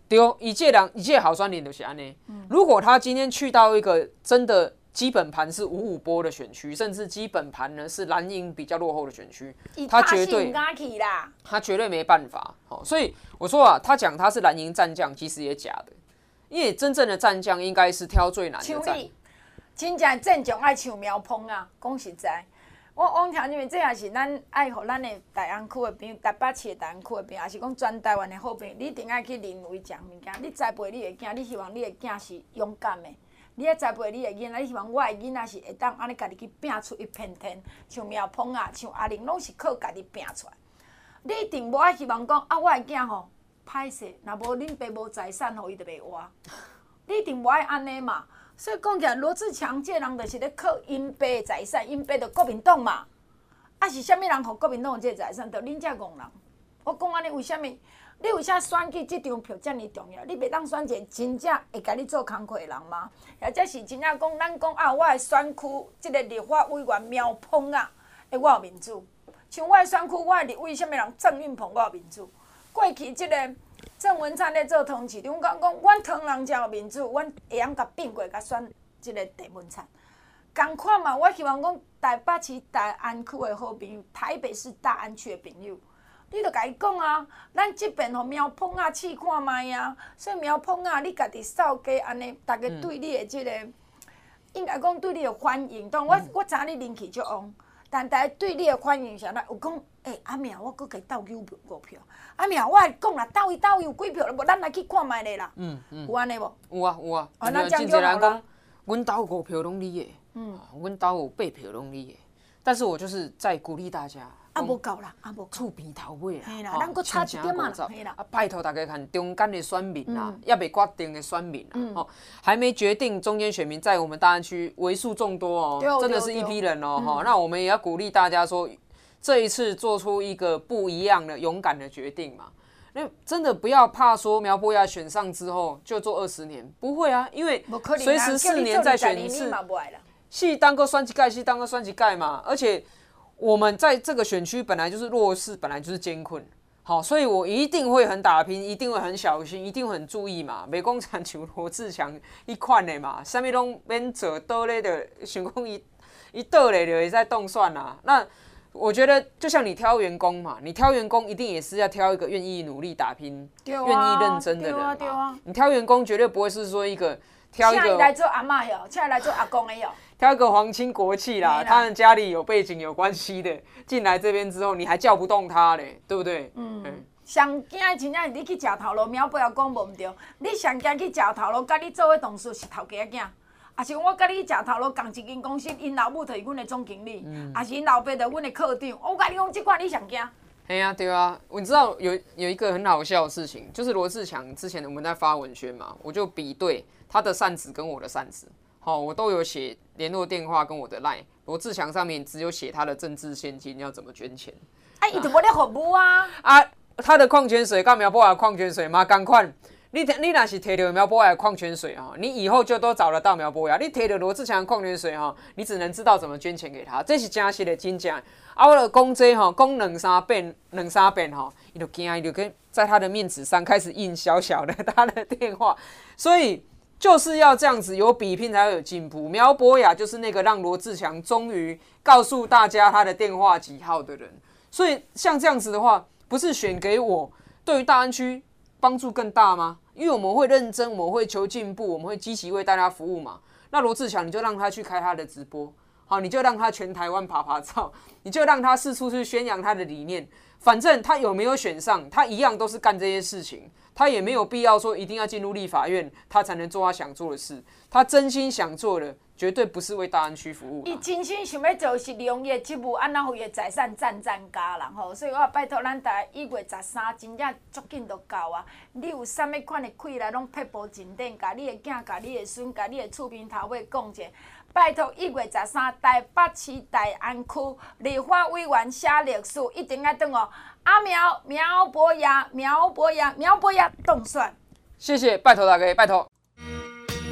对，一届候选人就是安尼。如果他今天去到一个真的基本盘是5-5波的选区，甚至基本盘呢是蓝营比较落后的选区，他绝对没办法。所以我说啊，他讲他是蓝营战将，其实也假的，因为真正的战将应该是挑最难的战。 真正战将爱像苗鹏啊，讲实在。我往听，因为这也是咱爱互咱的大安区的朋友、台北市的大安区的朋友，也是讲全台湾的好朋友，你一定爱去认为食物件。你栽培你的囝，你希望你的囝是勇敢的；你爱栽培你的囡仔，你希望我的囡仔是会当安尼家己去拼出一片天。像苗鹏啊，像阿玲，拢是靠家己拼出来。你一定无爱希望讲啊，我的囝吼歹势，若无恁爸无财产，互伊就袂活。你一定无爱安尼嘛。所以讲起来，罗志强这人就是咧靠因爸的财产，因爸就国民党嘛。啊是啥物人互国民党这个财产？就恁这戆人。我讲安尼，为虾物？你为啥选举这张票遮尔重要？你袂当选一个真正会甲你做工课的人吗？或者是真正讲，咱讲啊，我的选区这个立法委员苗鹏啊，我有民主。像我的选区，我的立委啥物人郑运鹏，我有民主。过去这个。郑文灿咧做通市长，讲阮唐人才有民主，阮会晓甲并过甲选即个郑文灿。共款嘛，我希望讲台北市大安区的好朋友，台北市大安区的朋友，你著甲伊讲啊，咱即边互苗鹏啊试看卖啊。所以苗鹏啊，你家己扫街安尼，大家对你的即个，应该讲对你的欢迎。当然我知影你人气足旺，但大家对你的欢迎啥呢？有讲。阿苗，我搁给斗5票。阿苗，我讲啦，斗有几票，无咱来去看卖咧啦。有安尼无？ 有啊。 那真侪人讲， 阮斗5票拢你的，阮斗有8票拢你的。但是我就是在鼓励大家。 无够啦，无厝边头尾啦。 嘿啦，咱搁差一点嘛啦。嘿啦。 拜托大家看中间的选民啦，还未决定的选民啦，还没决定中间选民在我们大安区为数众多哦，真的是一批人哦。那我们也要鼓励大家说。这一次做出一个不一样的勇敢的决定嘛？那真的不要怕说苗博雅选上之后就做20年，不会啊，因为随时4年再选一次，是当个选一届，是当个选一届嘛。而且我们在这个选区本来就是弱势，本来就是艰困，好，所以我一定会很打拼，一定会很小心，一定会很注意嘛。袂讲像罗志强迄款的嘛，啥物拢免做倒咧的，想讲伊倒咧就会使当选啦。那我觉得就像你挑员工嘛，你挑员工一定也是要挑一个愿意努力打拼、愿意认真的人嘛。你挑员工绝对不会是说挑一个来做阿嬷哟，来做阿公的哟。 挑一个皇亲国戚啦，他们家里有背景有关系的，进来这边之后你还叫不动他嘞，对不对？ 上惊真正是你去食头路，苗不要讲无毋对。你上惊去食头路，甲你做伙同事是头家囝。也是我甲你食头路，共一间公司，因老母就是阮的总经理，也是因老爸就是阮的科长。我甲你讲，这款你上惊。 嘿啊，对啊，你知道有一个很好笑的事情，就是罗志强之前我们在发文宣嘛，我就比对他的扇子跟我的扇子，我都有写联络电话跟我的 LINE， 罗志强上面只有写他的政治现金要怎么捐钱。 伊就无咧服务啊。 他的矿泉水跟苗博雅矿泉水嘛，同款。你若是摕到苗博雅的矿泉水你以后就都找得到苗博雅。你摕到罗志强的矿泉水你只能知道怎么捐钱给他，这是真实的真正。我就讲这讲2-3遍，伊就惊，伊就在他的面纸上开始印小小的他的电话，所以就是要这样子，有比拼才会有进步。苗博雅就是那个让罗志强终于告诉大家他的电话几号的人，所以像这样子的话，不是选给我，对于大安区帮助更大吗？因为我们会认真，我们会求进步，我们会积极为大家服务嘛。那罗志强，你就让他去开他的直播，好，你就让他全台湾爬照，你就让他四处去宣扬他的理念。反正他有没有选上，他一样都是干这些事情，他也没有必要说一定要进入立法院，他才能做他想做的事。他真心想做的，绝对不是为大安区服务。 伊真心想要做是利用伊的职务，安那互伊的财产赚家人吼。所以我拜托咱大家1月13真正足紧就到啊！你有啥物款的气来，拢撇步前顶，甲你的囝、甲你的孙、甲你的厝边头尾讲者。拜托1月13台北市大安区立法委员写历史，一定要等苗博雅当选。 谢谢，拜托大家，拜托。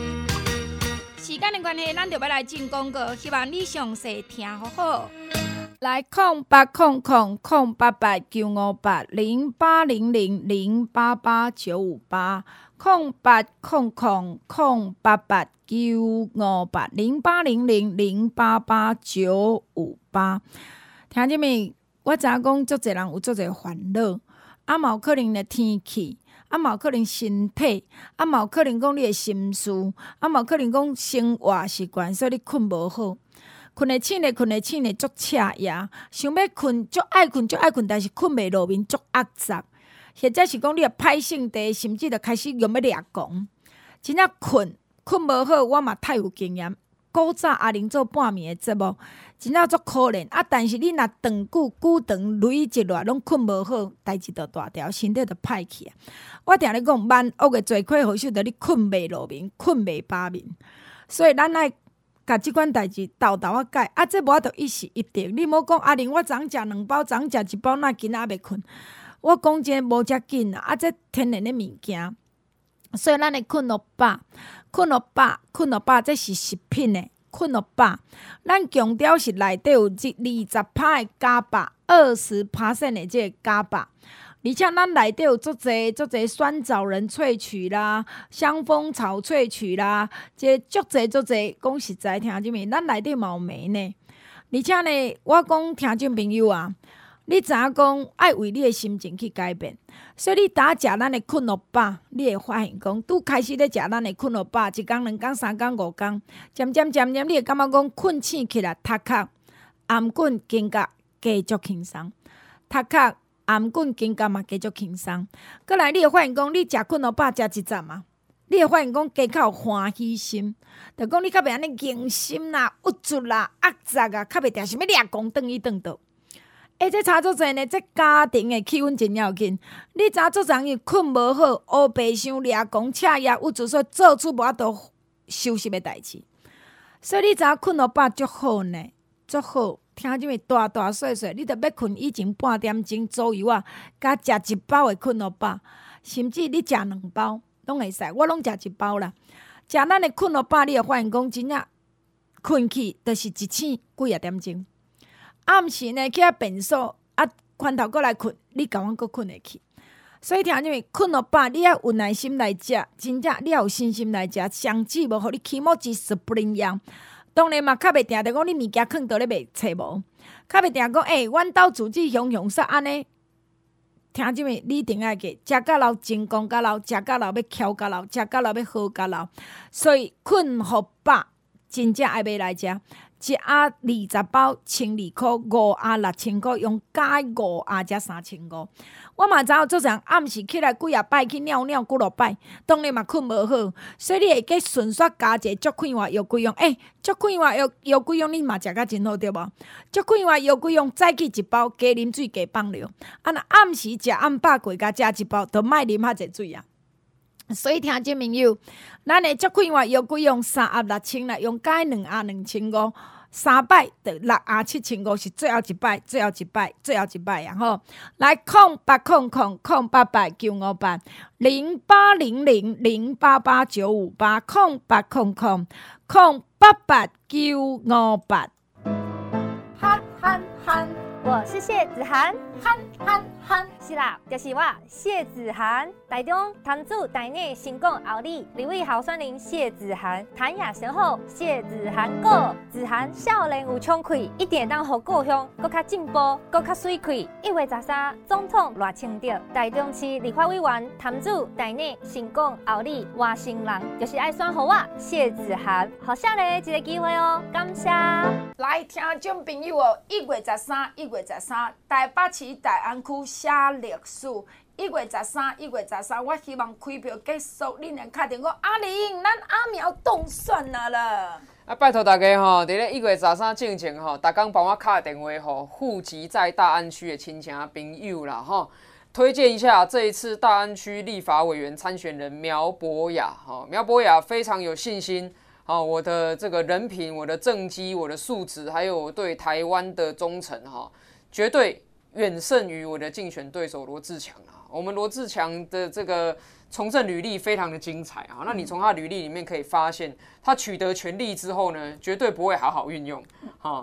时间的关系，咱就要来进广告，希望你详细听好好。 来0800-088-958，0800-088-958，听姐妹，我知影讲足侪人有足侪烦恼，嘛有可能的天气，嘛有可能身体，嘛有可能讲你的心事，嘛有可能讲生活习惯，所以你困无好。困会醒的足赤夜，想要困足爱困，但是困袂落眠，足压杂，或者是讲你歹性地，甚至就开始用要抓狂。真正困无好，我嘛太有经验。古早阿玲做半暝的节目，真正足可怜但是你若长累一落，拢困无好，代志就大条，身体就歹去。我定咧讲，万恶的罪魁祸首，就你困袂落眠，困袂饱眠，所以咱爱。甲即款代志豆啊改，这无法度一时一定。你莫讲阿玲，我昨食2包，昨食1包，那今仔袂困。我讲真无遮紧这天然的物件，所以咱会困落饱，这是食品的，困落饱。咱强调是内底有20%的钾钋，20%的这个钾钋。而且咱内底有足侪酸枣仁萃取啦、香蜂草萃取啦，这足侪。讲实在，听姐妹，咱内底嘛有镁呢。而且呢，我讲听众朋友啊，你知影讲爱为你的心情去改变，所以你打食咱的困落饱，你会发现讲，拄开始咧食咱的困落饱，1天、2天、3天、5天，渐渐，你会感觉讲困醒起来，头壳、颔棍、肩胛加足轻松，头壳。颔棍、肩胛嘛，加足轻松。过来，你会发现讲，你食困落饱食一站啊，你会发现讲，加较有欢喜心。就讲你较袂安尼硬心啦、郁卒啦、压杂啊，较袂定想要抓狂转去转倒。这差足济呢，这家庭的气氛真要紧。你知影足人伊困无好，乌白想抓狂、赤夜郁卒，所以做出无法度休息的代志。所以你知影困落饱足好呢，足好。听即么大细，你着要困以前半点钟左右甲食1包的困落饱，甚至你食2包拢会使。我拢食1包啦。食咱的困落饱，你会发现讲真正困去，就是1醒几啊点钟。暗时呢去便所拳头过来困，你甲阮佫困会去。所以听即么困落饱，你要有耐心来食，真正你要有信心来食，上至无互你起毛至spring样。当然嘛，较袂定着讲你物件囥倒咧袂找无，较袂定讲阮兜自己凶煞安尼。听即么，你一定爱记，食到老真功到老，食到老要翘到老，食到老要好到老。所以困互饱，真正爱买来食。1盒20包，1200块，5盒6000块，用加5盒才3500。我嘛知影做人暗时起来几啊摆去尿几落摆，当然嘛困无好，所以你会记顺续加一个足快活药规用。足快活药规用你嘛食甲真好对无？足快活药规用早起1包，加啉水加放尿。若暗时食暗饱过，甲食1包，就莫啉遐济水啊。所以听众朋友，咱的足快活药规用3盒6000啦，用加2盒2500。3摆就6盒7500是最后一摆啊！吼，来0800-088-958，0800-088-958， 憨憨憨，我是谢子涵，憨憨憨，是啦，就是我谢子涵。台中潭子台内成功后里2位候选人谢子涵、谭雅贤后谢子涵过，子涵少年有冲气，一定当互故乡搁较进步，搁较水气。1月13总统赖清德，台中市立法委员潭子台内成功后里外省人，就是爱选互我谢子涵，互少年一个机会哦，感谢。 来，听众朋友哦，1月13，台北市大安区写历史。1月13，我希望开票结束，恁能敲电话阿玲，咱阿苗当选啦！ 拜托大家吼，伫咧1月13之前吼，逐工帮我敲电话吼，户籍在大安区的亲戚朋友啦吼，推荐一下这一次大安区立法委员参选人苗博雅吼，苗博雅非常有信心。我的这个人品、我的政绩、我的素质，还有我对台湾的忠诚绝对远胜于我的竞选对手罗智强我们罗智强的这个从政履历非常的精彩那你从他履历里面可以发现，他取得权力之后呢，绝对不会好好运用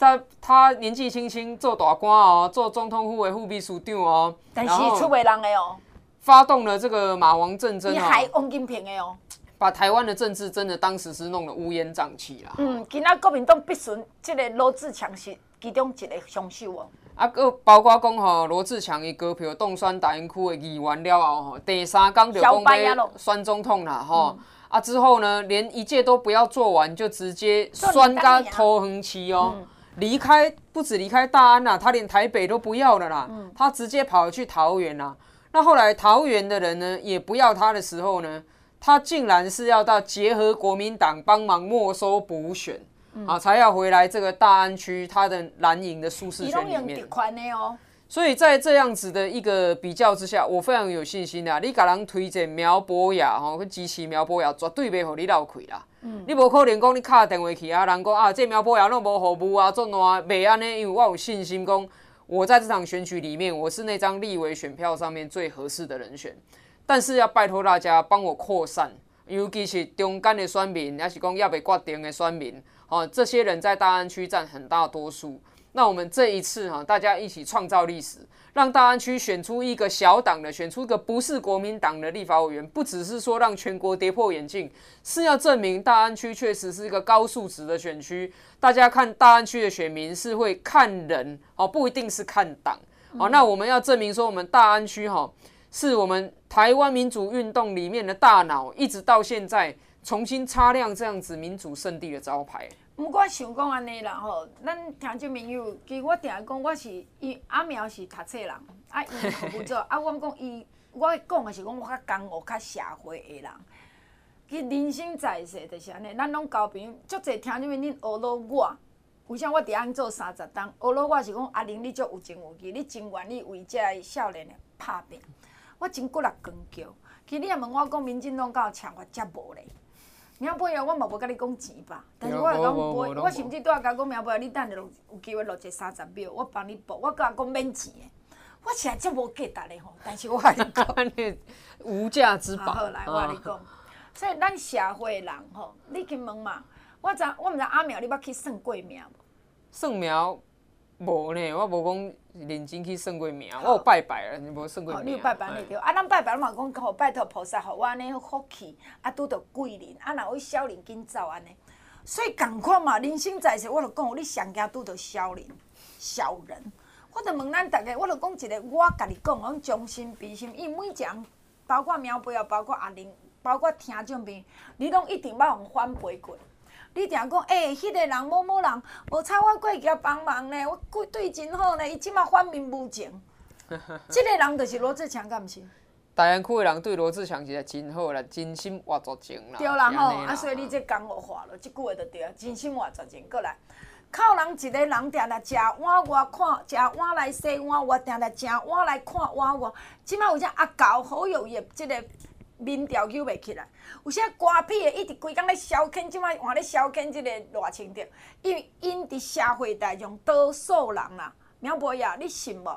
他年纪轻轻做大官哦，做总统府的副秘书长哦， 但是出卖人的哦， 发动了这个马王政争你害王金平的哦， 把台湾的政治真的当时是弄得乌烟瘴气啦。 今仔国民党必选这个罗志强是其中一个凶手哦。 个包括讲吼，罗志强伊高票当选大安区的议员了后吼，第3天就讲要选总统啦吼。之后呢，连一届都不要做完，就直接选到桃园市哦。离开不止离开大安啦，他连台北都不要了啦，他直接跑去桃园啦。那后来桃园的人呢，也不要他的时候呢，他竟然是要到结合国民党帮忙没收补选，才要回来这个大安区他的蓝营的舒适圈里面。所以在这样子的一个比较之下，我非常有信心啦。你甲人推荐苗博雅去支持苗博雅，绝对袂互你落开啦。你无可能讲你敲电话去啊，人讲这苗博雅拢无服务啊，做烂袂安尼，因为我有信心讲，我在这场选举里面，我是那张立委选票上面最合适的人选。但是要拜托大家帮我扩散，尤其是中间的选民，还是讲也未决定的选民，这些人在大安区占很大多数。那我们这一次大家一起创造历史，让大安区选出一个小党的，选出一个不是国民党的立法委员，不只是说让全国跌破眼镜，是要证明大安区确实是一个高素质的选区。大家看大安区的选民是会看人不一定是看党。那我们要证明说，我们大安区是我们台湾民主运动里面的大脑，一直到现在重新擦亮这样子民主圣地的招牌。 毋过我想讲安尼啦吼，咱听众朋友，其实我定讲我是阿苗是读册人，伊服务做，我讲伊，我讲的是讲我较江湖、较社会的人。其实人生在世就是安尼，咱拢交朋友，足侪听众朋友恁学到我，为啥我伫安做30档？学到我是讲阿玲，你足有情有义，你真愿意为这少年的拍拼。我真骨力坚强。其实你若问我讲，民进党敢有抢我，则无咧。苗博雅，我嘛无甲你讲钱吧，但是我会讲我甚至对我讲苗博雅，你等下有机会录一30秒，我帮你报，我甲讲免钱的，我实在真无价值的吼，但是我甲你讲， 无价之宝。 好来，我甲你讲，所以咱社会人吼，你去问嘛，我毋知阿苗你捌去算过命无？ 算命无呢，我无讲认真去算过命，我有拜拜啊，无算过命。 你有拜拜你对，咱拜拜，咱嘛讲吼，拜托菩萨，互我安尼福气，拄到贵人，若有小人紧走安尼。所以共款嘛，人生在世，我就讲，你上惊拄到小人，我就问咱大家，我就讲一个，我家己讲，讲将心比心，伊每一人，包括苗博雅，包括阿玲，包括听众朋友，你拢一定捌互反背过。你定讲，迄个人某某人，无采我过去帮忙呢，我对真好呢，伊即马反面无情。即个人就是罗志强，敢毋是？ 大安区的人对罗志强是真好啦，真心话绝情啦。 对啦吼，所以你这江湖话咯，即句话就对啊，真心话绝情。过来，靠人一个人定定食碗外看，食碗来洗碗外，定定食碗来看碗外。即马有只阿狗好友业即个。民调救袂起来，有些歌痞的一直规工咧消遣，即摆换咧消遣即个热情着，因为因伫社会大众多数人啦，苗博雅，你信无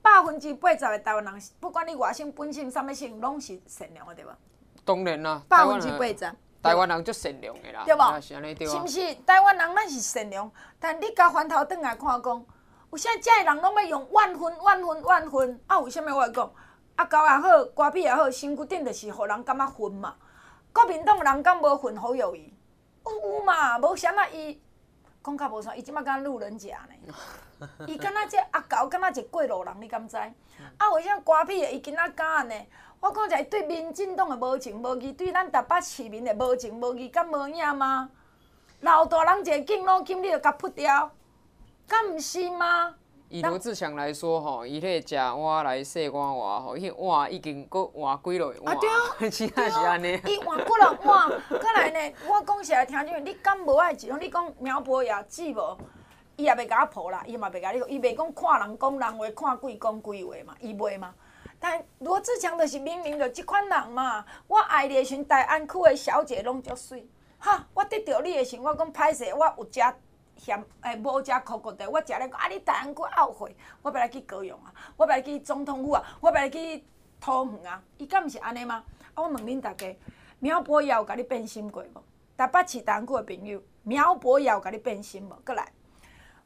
？80%的台湾人，不管你外省本省啥物省，拢是善良的，对无？ 当然啦 80%。 台湾人足善良的啦， 对无？ 是安尼对啊。 是毋是？台湾人咱是善良，但你甲翻头转来看讲，有啥遮的人拢要用万分，为什么我会讲？阿狗也好，歌痞也好，身躯顶就是互人感觉混嘛。国民党人敢无混好友谊？有嘛，无啥物伊讲较无啥，伊即摆敢路人甲呢。伊敢若这阿狗，敢若一过路人，你敢知？为啥歌痞的伊今仔敢安尼？我讲者对民进党的无情无义，对咱台北市民的无情无义，敢无影吗？老大人一个敬老金，你就甲扑掉，敢毋是吗？ 以罗志强来说，伊迄食碗来洗碗外，迄碗已经搁换几落碗， 对啊， 真正是安尼。 伊换几落碗，过来呢，我讲实在听众，你敢无爱一种？你讲苗博雅姊无，伊也袂甲我抱啦，伊嘛袂甲你，伊袂讲看人讲人话，看鬼讲鬼话嘛，伊袂嘛。但罗志强就是明明就即款人嘛。我爱你的时阵，大安区的小姐拢足水，哈！我得到你的时阵，我讲歹势，我有食。无食苦苦的，我食咧讲你大安区懊悔，我要来去高雄啊，我要来去总统府啊，我要来去桃园啊，伊敢毋是安尼吗？我问恁大家，苗博雅有甲你变心过无？台北市大安区的朋友，苗博雅有甲你变心无？过来，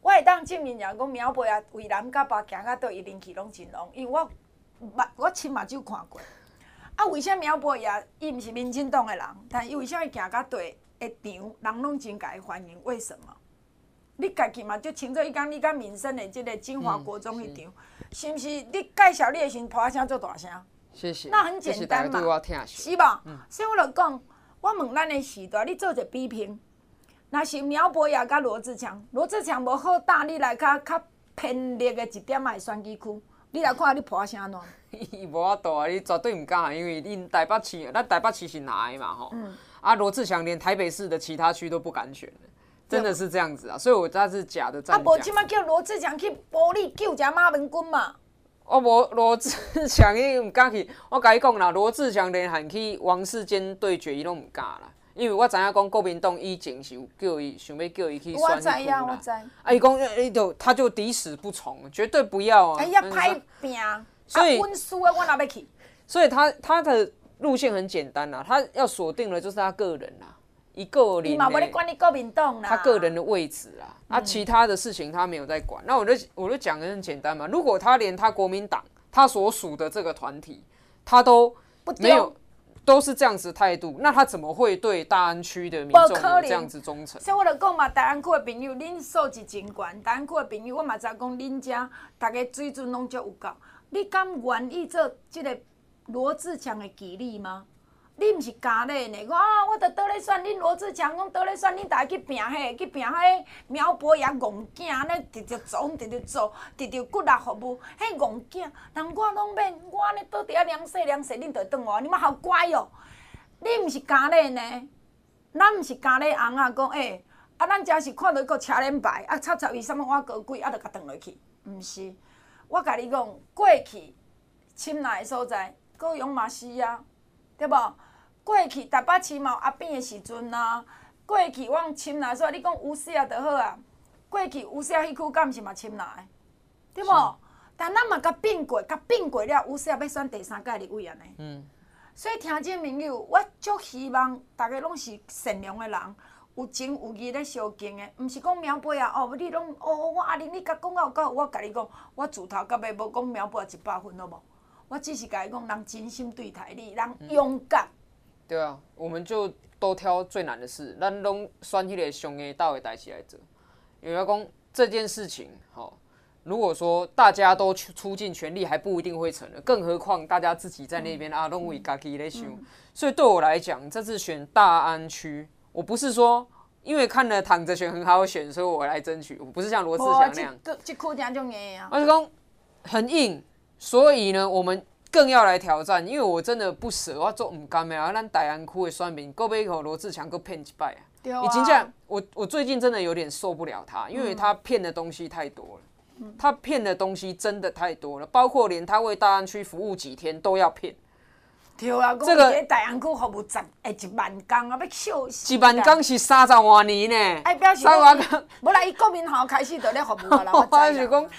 我会当证明讲苗博也为南甲北行到倒，伊人气拢真浓，因为我亲目睭看过。啊，为啥苗博也伊毋是民进党的人，但伊为啥会行到倒的场，人拢真甲伊欢迎？为什么？你家己嘛就清楚，伊讲你甲民生的即个金华国中迄场，是毋是？你介绍你的时阵，破声做大声？ 谢谢。 那很简单嘛，是吧？所以我就讲，我问咱的时代，你做一个比拼。若是苗博雅甲罗志强无好打，你来较偏僻的一点仔的选举区，你来看你破声怎？ 伊无法度啊，你绝对唔敢，因为恁台北市，咱台北市是拿的嘛吼。啊，罗志强连台北市的其他区都不敢选，真的是这样子啊，所以他是假的战将。 啊，无即摆叫罗志强去保你救一下马文君嘛。 我无罗志强伊唔敢去，我甲你讲啦，罗志强连喊去王世坚对决伊拢唔敢啦。因为我知影讲国民党以前是有叫伊想要叫伊去选我知呀，我知。 啊，伊讲他就抵死不从，绝对不要啊！ 哎呀，歹拼，所以阮输的我哪要去？ 所以他的路线很简单啦，他要锁定的就是他个人啦，一个人。伊嘛无咧管你国民党啦。 他个人的位置啦，啊，其他的事情他没有在管。那我就讲得很简单嘛，如果他连他国民党他所属的这个团体，他都没有。都是这样子的态度，那他怎么会对大安区的民众有这样子忠诚？ 所以我就讲嘛，大安区的朋友，恁素质真悬。大安区的朋友，我嘛知讲恁遮大家水准拢足有够。你敢愿意做这个罗志强的基地吗？你毋是假咧呢？我我着倒咧选恁罗志强，讲倒咧选恁大家去拼迄苗博雅戆囝，安尼直直做，直直骨力服务，迄戆囝，人我拢免，我安尼倒伫遐凉洗，恁着转我，你们好乖哦！你毋是假咧呢？咱毋是假咧红啊，讲啊，咱遮是看到个车轮牌，啊，插伊什么碗糕粿，啊，着甲转落去，毋是。我甲你讲，过去侵来的所在，高雄嘛是啊。对无？过去台北市嘛有阿扁的时阵啊，过去我侵来所以你讲吴锡啊就好啊。过去吴锡迄区敢毋是嘛侵来的，对无？但咱嘛甲变过了，吴锡要选第3届立委安尼。所以听众朋友，我足希望大家拢是善良的人，有情有义咧相敬的，毋是讲苗博啊你拢我阿玲你甲讲啊有够，我甲你讲，我自头到尾无讲苗博100分好无？我只是甲伊讲，人真心对待你，人勇敢。 对啊，我们就都挑最难的事，咱拢选迄个上下道的代志来做。因为讲这件事情，如果说大家都出尽全力，还不一定会成的，更何况大家自己在那边拢为家己咧想。所以对我来讲，这次选大安区，我不是说因为看了躺着选很好选，所以我来争取，我不是像罗志祥那样。 这区真种硬啊！ 我是讲很硬。所以呢，我们更要来挑战，因为我真的不舍，我做唔甘的啊！咱大安区的选民，够要互罗志强够骗一摆啊！ 对啊。 已经这样，我最近真的有点受不了他，因为他骗的东西太多了。他骗的东西真的太多了，包括连他为大安区服务几天都要骗。 对啊，这个大安区服务1万工啊，要笑死。 1万工是30万年呢。 哎，表示讲，无啦，伊国民校开始就咧服务啊啦。 我是讲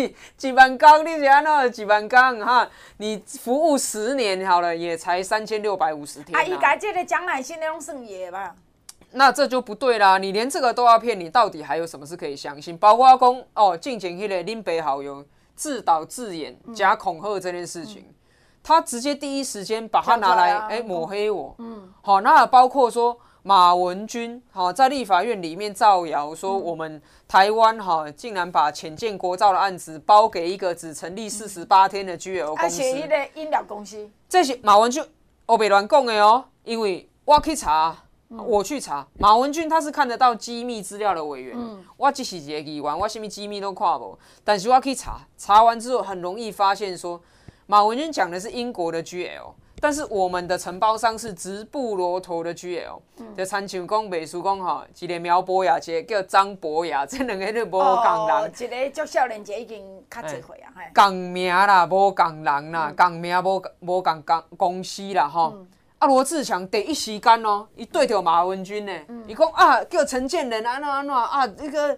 1万工，你是安怎1万工哈？你服务10年好了，也才3650天。 啊，伊家这个蒋乃馨拢算伊的吧？ 那这就不对啦！你连这个都要骗，你到底还有什么是可以相信？包括讲进前迄个林北好友自导自演假恐吓这件事情。他直接第一时间把它拿来抹黑我，好，那包括说马文君在立法院里面造谣说我们台湾竟然把潜舰国造的案子包给一个只成立48天的 GL 公司， 而且那个饮料公司， 这是马文君我别乱讲的哦，因为我去查。我去查，马文君他是看得到机密资料的委员，我只是一个议员，我什么机密都看无，但是我去查完之后很容易发现说。马文君讲的是英国的 GL， 但是我们的承包商是直布罗陀的 GL，就参像讲美术讲一个苗博雅，一个叫张博雅，这两个都无共人。 一个足少年，一个已经较侪岁啊。 共名啦，无共人啦，共名无共公司啦，啊，罗志强第一时间伊对着马文君呢，伊讲叫陈建仁安怎啊，这个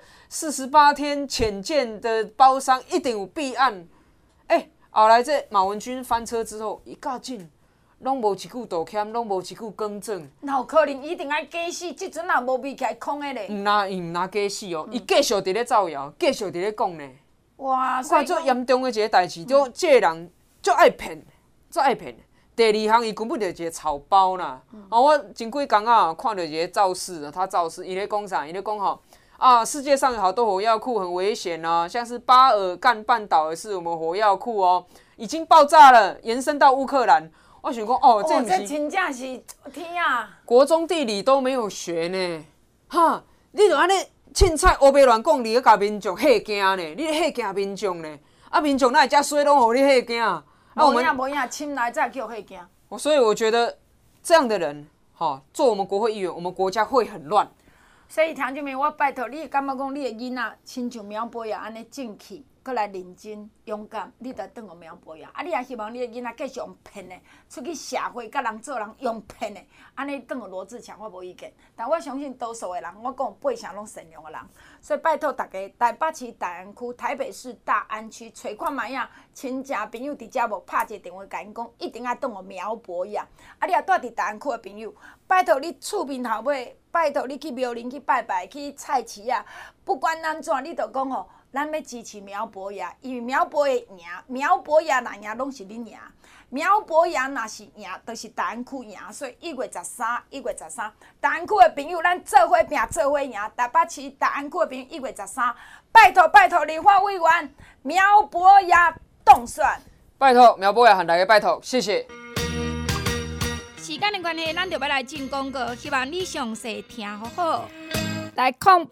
48天潜舰的包商一定有弊案，后来这马文君翻车之后，一告进， 拢无一句道歉，拢无一句更正。 哪有可能一定爱假死？即阵也无比起来空的咧。 伊毋若假死哦，伊继续伫咧造谣，继续伫咧讲呢。 哇！ 看最严重的一个代志，就即个人足爱骗，足爱骗。第二项，伊根本就是一个草包啦。我前几工啊，看到一个造势，他造势，伊咧讲啥？伊咧讲吼。世界上有好多火药库很危险哦，像是巴尔干半岛也是我们火药库哦，已经爆炸了，延伸到乌克兰。我想讲这真正是天啊！ 国中地理都没有学呢，哈！你就安尼凊彩乌白乱讲，你去甲民众吓惊呢？你吓惊民众呢？民众哪会遮衰，拢互你吓惊？ 无影，侵来再叫吓惊。 所以我觉得这样的人，做我们国会议员，我们国家会很乱。 所以听众们，我拜托你，感觉讲你的囡仔亲像苗博雅安尼正气，搁来认真勇敢，你着当个苗博雅。你也希望你的囡仔继续用骗的，出去社会甲人做人用骗的，安尼当个罗志强，我无意见。但我相信多数的人，我讲八成拢善良的人。所以拜托大家，台北市大安区、台北市大安区，找看卖啊，亲戚朋友伫遮无拍一个电话，甲因讲一定要当个苗博雅。你也住伫大安区的朋友，拜托你厝边头尾。拜托你去庙林去拜拜，去菜市啊，不管安怎，你着讲吼，咱要支持苗博雅，因为苗博雅赢，苗博雅若赢，拢是你赢。苗博雅若是赢，就是大安区赢。所以1月13，大安区的朋友，咱做伙拼，做伙赢。台北市大安区的朋友1月13，拜托，立法委员苗博雅当选。 拜托苗博雅和大家拜托，谢谢。 时间的关系，咱就要来进广告，希望你详细听好好。来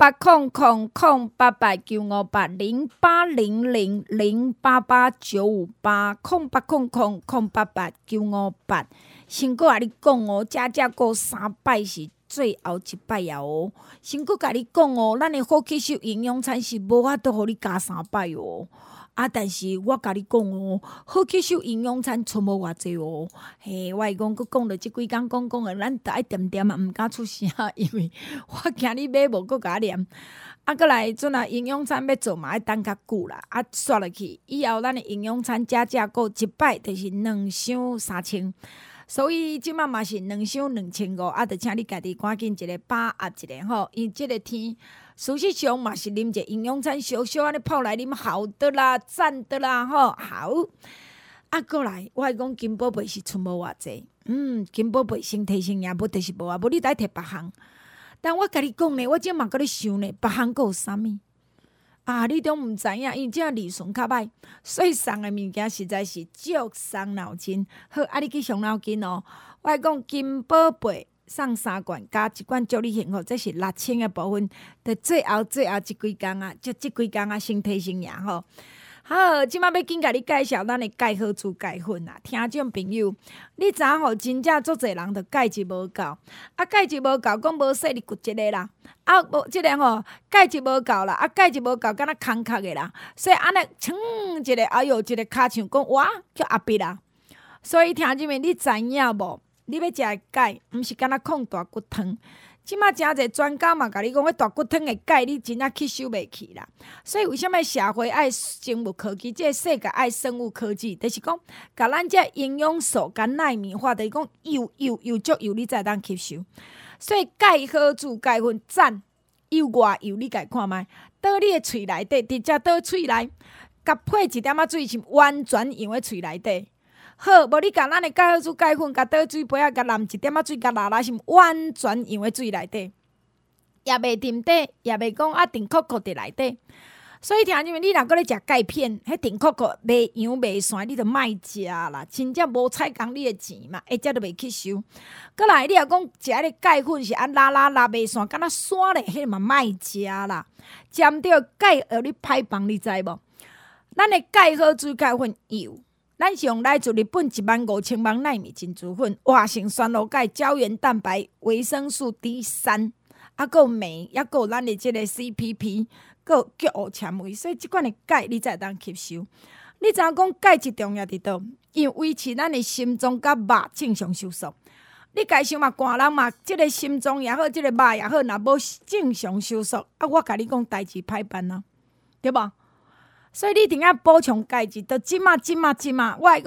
0800-088958，0800-088958，0800-088958。先搁甲你讲哦，家过3摆是最后一摆啊哦。先搁甲你讲哦，咱的好吸收营养餐是无法度互你加3摆哦。但是我甲你讲哦，好吸收营养餐剩无偌济哦。嘿，我会讲，佮讲到即几工讲的，咱得爱点点啊，毋敢出声，因为我惊你买无，佮甲念。佮来阵啊，营养餐要做嘛，爱等较久啦。刷落去以后，咱的营养餐加过一摆，就是2箱3千。所以即马嘛是2箱2500，就请你家己赶紧一个把握一下吼，因即个天。事实上嘛是啉者营养餐，小小安尼泡来啉，好的啦，赞的啦，吼好。过来，我会讲金宝贝是剩无偌济，金宝贝先提升也无就是无啊，无你得摕别项。但我甲你讲呢，我即嘛搁咧想呢，别项搁有啥物？你都毋知影，因为即个利润较歹，所以送的物件实在是足伤脑筋。好，你去伤脑筋哦。我会讲金宝贝。送3罐加1罐祝你幸福，这是6000的部分。在最后即几工啊，先提升呀吼。好，即摆要紧甲你介绍咱的钙好珠钙粉啊，听众朋友，你知影吼？真正足侪人着钙质无够，钙质无够，讲无说你骨质的啦，无即个吼钙质无够啦，钙质无够，敢若空壳的啦，所以安尼一个哎哟，一个骹像讲哇叫阿鼻啦，所以听众们，你知影无？你要食的钙，毋是敢若控大骨汤。即马诚侪专家嘛，甲你讲，迄大骨汤的钙，你真正吸收袂去啦。所以为什么社会爱生物科技，即个世界爱生物科技，就是讲，甲咱这营养素甲纳米化，就是讲油足油，你才当吸收。所以钙好珠钙粉赞，油外油，你家看觅，倒你的喙内底，直接倒喙内，甲配一点仔水，是完全用喺喙内底。好，无你甲咱的钙好珠钙粉，甲倒水杯仔，甲淋一点仔水，甲拉是完全用喺水内底，也袂沉底，也袂讲甜酷酷伫内底。所以听众们，你若搁咧食钙片，迄甜酷酷袂油袂酸，你着莫食啦，真正无采工你的钱嘛，下只着袂吸收。搁来，你若讲食迄个钙粉是拉袂酸，敢若酸咧，迄嘛莫食啦。食毋着钙，你歹帮你知无？咱的钙好珠钙粉油。咱是用来自日本15000万奈米珍珠粉，活性酸露钙、胶原蛋白、维生素 D3，还有镁，还有咱的这个 CPP， 还有菊湖纤维，所以即款的钙你才当吸收。你知影讲钙质重要伫倒？因为维持咱的心脏甲肉正常收缩。你家想嘛，寒人嘛，即个心脏也好，即个肉也好，若无正常收缩，我甲你讲代志歹办啊，对无？所以你一定要补充钙质，就即马，我会讲你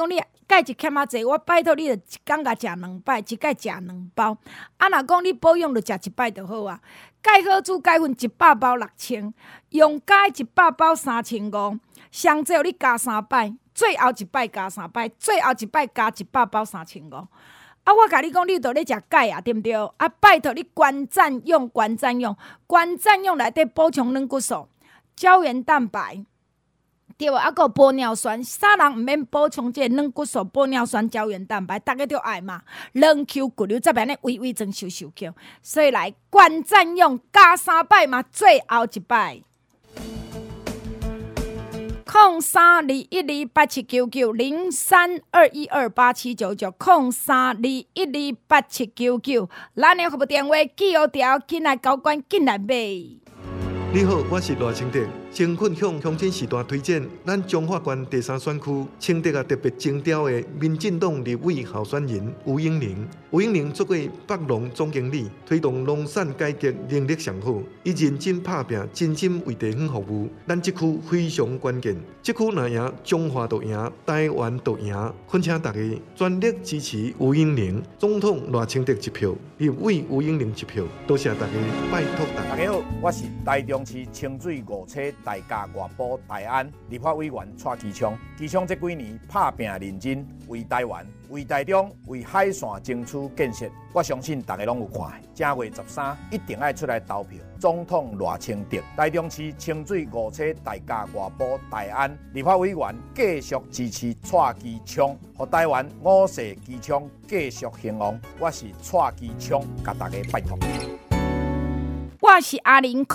钙质欠仔济，我拜托你，就一工甲食2摆，一摆食2包。啊，若讲你保养，就食1摆就好啊。钙好珠钙粉100包6000，用钙100包3500，上最后你加3摆，最后1摆加3摆，最后1摆加100包3500。啊，我甲你讲，你都咧食钙啊，对毋对？啊，拜托你关赞用，关赞用，关赞用内底补充软骨素、胶原蛋白，对无？啊，还有玻尿酸，啥人毋免补充这软骨素、玻尿酸、胶原蛋白，大家都爱嘛。软 Q 骨溜，再变咧微微增收 Q， 所以来关赞用，加3摆嘛，最后1摆。0321287990321287990321287990，咱的服务电话记好条，紧来交管，紧来买。 你好，我是赖清德。政府向乡亲时代推荐咱彰化县第3选区清德特别征调的民进党立委候选人吴英玲。吴英玲做过北农总经理，推动农产改革能力上好，伊认真打拼，真心为地方服务。咱这区非常关键，这区若赢，彰化就赢，台湾就赢。恳请大家全力支持吴英玲，总统赖清德1票，立委吴英玲1票。多谢大家，拜托大家。 大家好，我是台中市清水5车大甲外埔大安立法委员蔡其昌。其昌这几年打拼认真，为台湾、为台中、为海线争取建设，我相信大家拢有看。正月13一定要出来投票，总统赖清德。台中市清水5车大甲外埔大安立法委员继续支持蔡其昌，让台湾5世其昌继续兴旺。我是蔡其昌，甲大家拜托。 我是阿玲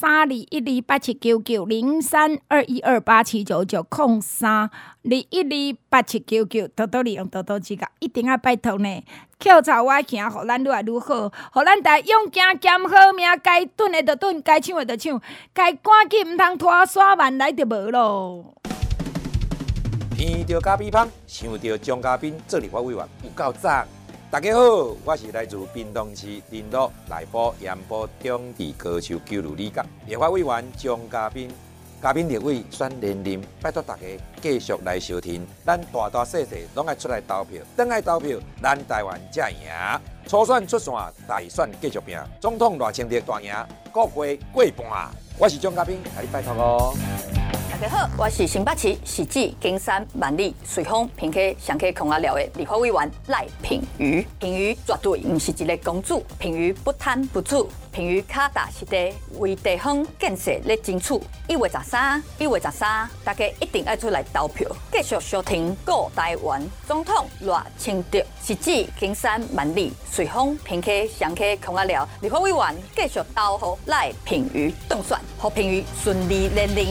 ，0321287990321287990321287999，多多利用，多多指教，一定要拜托呢。口罩我行，互咱愈来愈好，互咱大家勇敢兼好命，该顿的就顿，该抢的就抢，该赶紧唔通拖沙慢来就无咯。 闻到咖啡香，想到张嘉宾做立法委员有够赞。大家好，我是来自屏东市林路内埔盐埔中地高球九路里角立法委员张嘉宾。嘉宾立委选连任，拜托大家继续来收听，咱大大小小拢爱出来投票，等爱投票，咱台湾才赢。初选出线，大选继续拼，总统赖清德大赢，国会过半。我是张嘉宾，来拜托哦。 大家好，我是新北市汐止、金山、万里、瑞丰、平溪、上溪、孔阿寮的立法委员赖品妤。品妤绝对不是一个公主，品妤不贪不醋，品妤脚踏实地为地方建设咧争取。1月13，大家一定要出来投票，继续收听顾台湾总统赖清德。汐止、金山、万里、瑞丰、平溪、上溪、孔阿寮立法委员继续投予赖品妤当选，让品妤顺利连任。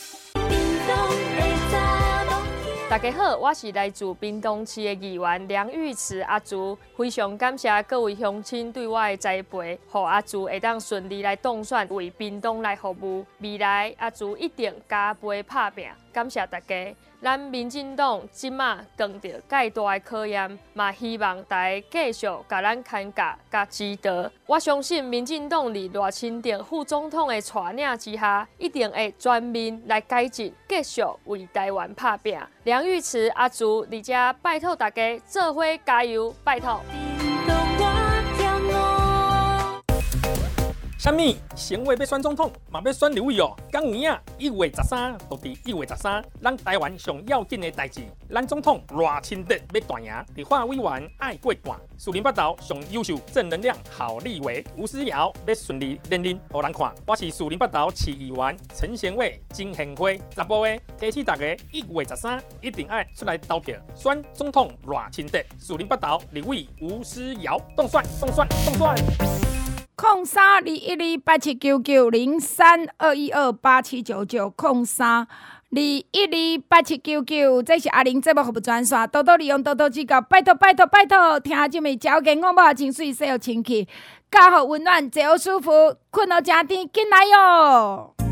大家好，我是来自屏东市的议员梁玉慈阿朱，非常感谢各位乡亲对我的栽培，让阿朱会当顺利来当选，为屏东来服务。未来阿朱一定加倍打拼，感谢大家。咱民进党即马扛着介大的考验，嘛希望大家继续甲咱牵架、甲指导。我相信民进党伫赖清德副总统的带领之下，一定会全面来改进，继续为台湾打拼。梁玉慈阿朱伫遮拜托大家做伙加油，拜托。 啥物？成为要选总统，嘛要选立委哦。讲有影，1月13，就伫1月13，咱台湾上要紧的代志，咱总统赖清德要大赢，立法委员爱过半。树林北投上优秀、正能量好立委吴思瑶要顺利连任，互咱看。我是树林北投市议员陈贤伟、金贤辉，10部的提醒大家1月13一定要出来投票，选总统赖清德。树林北投立委吴思瑶当选。 032128799032128799，这是阿玲节目服务专线，多多利用，多多指教，拜托，听这么照健康无情绪，洗好清气，家好温暖，坐好舒服，困好正甜，紧来哟！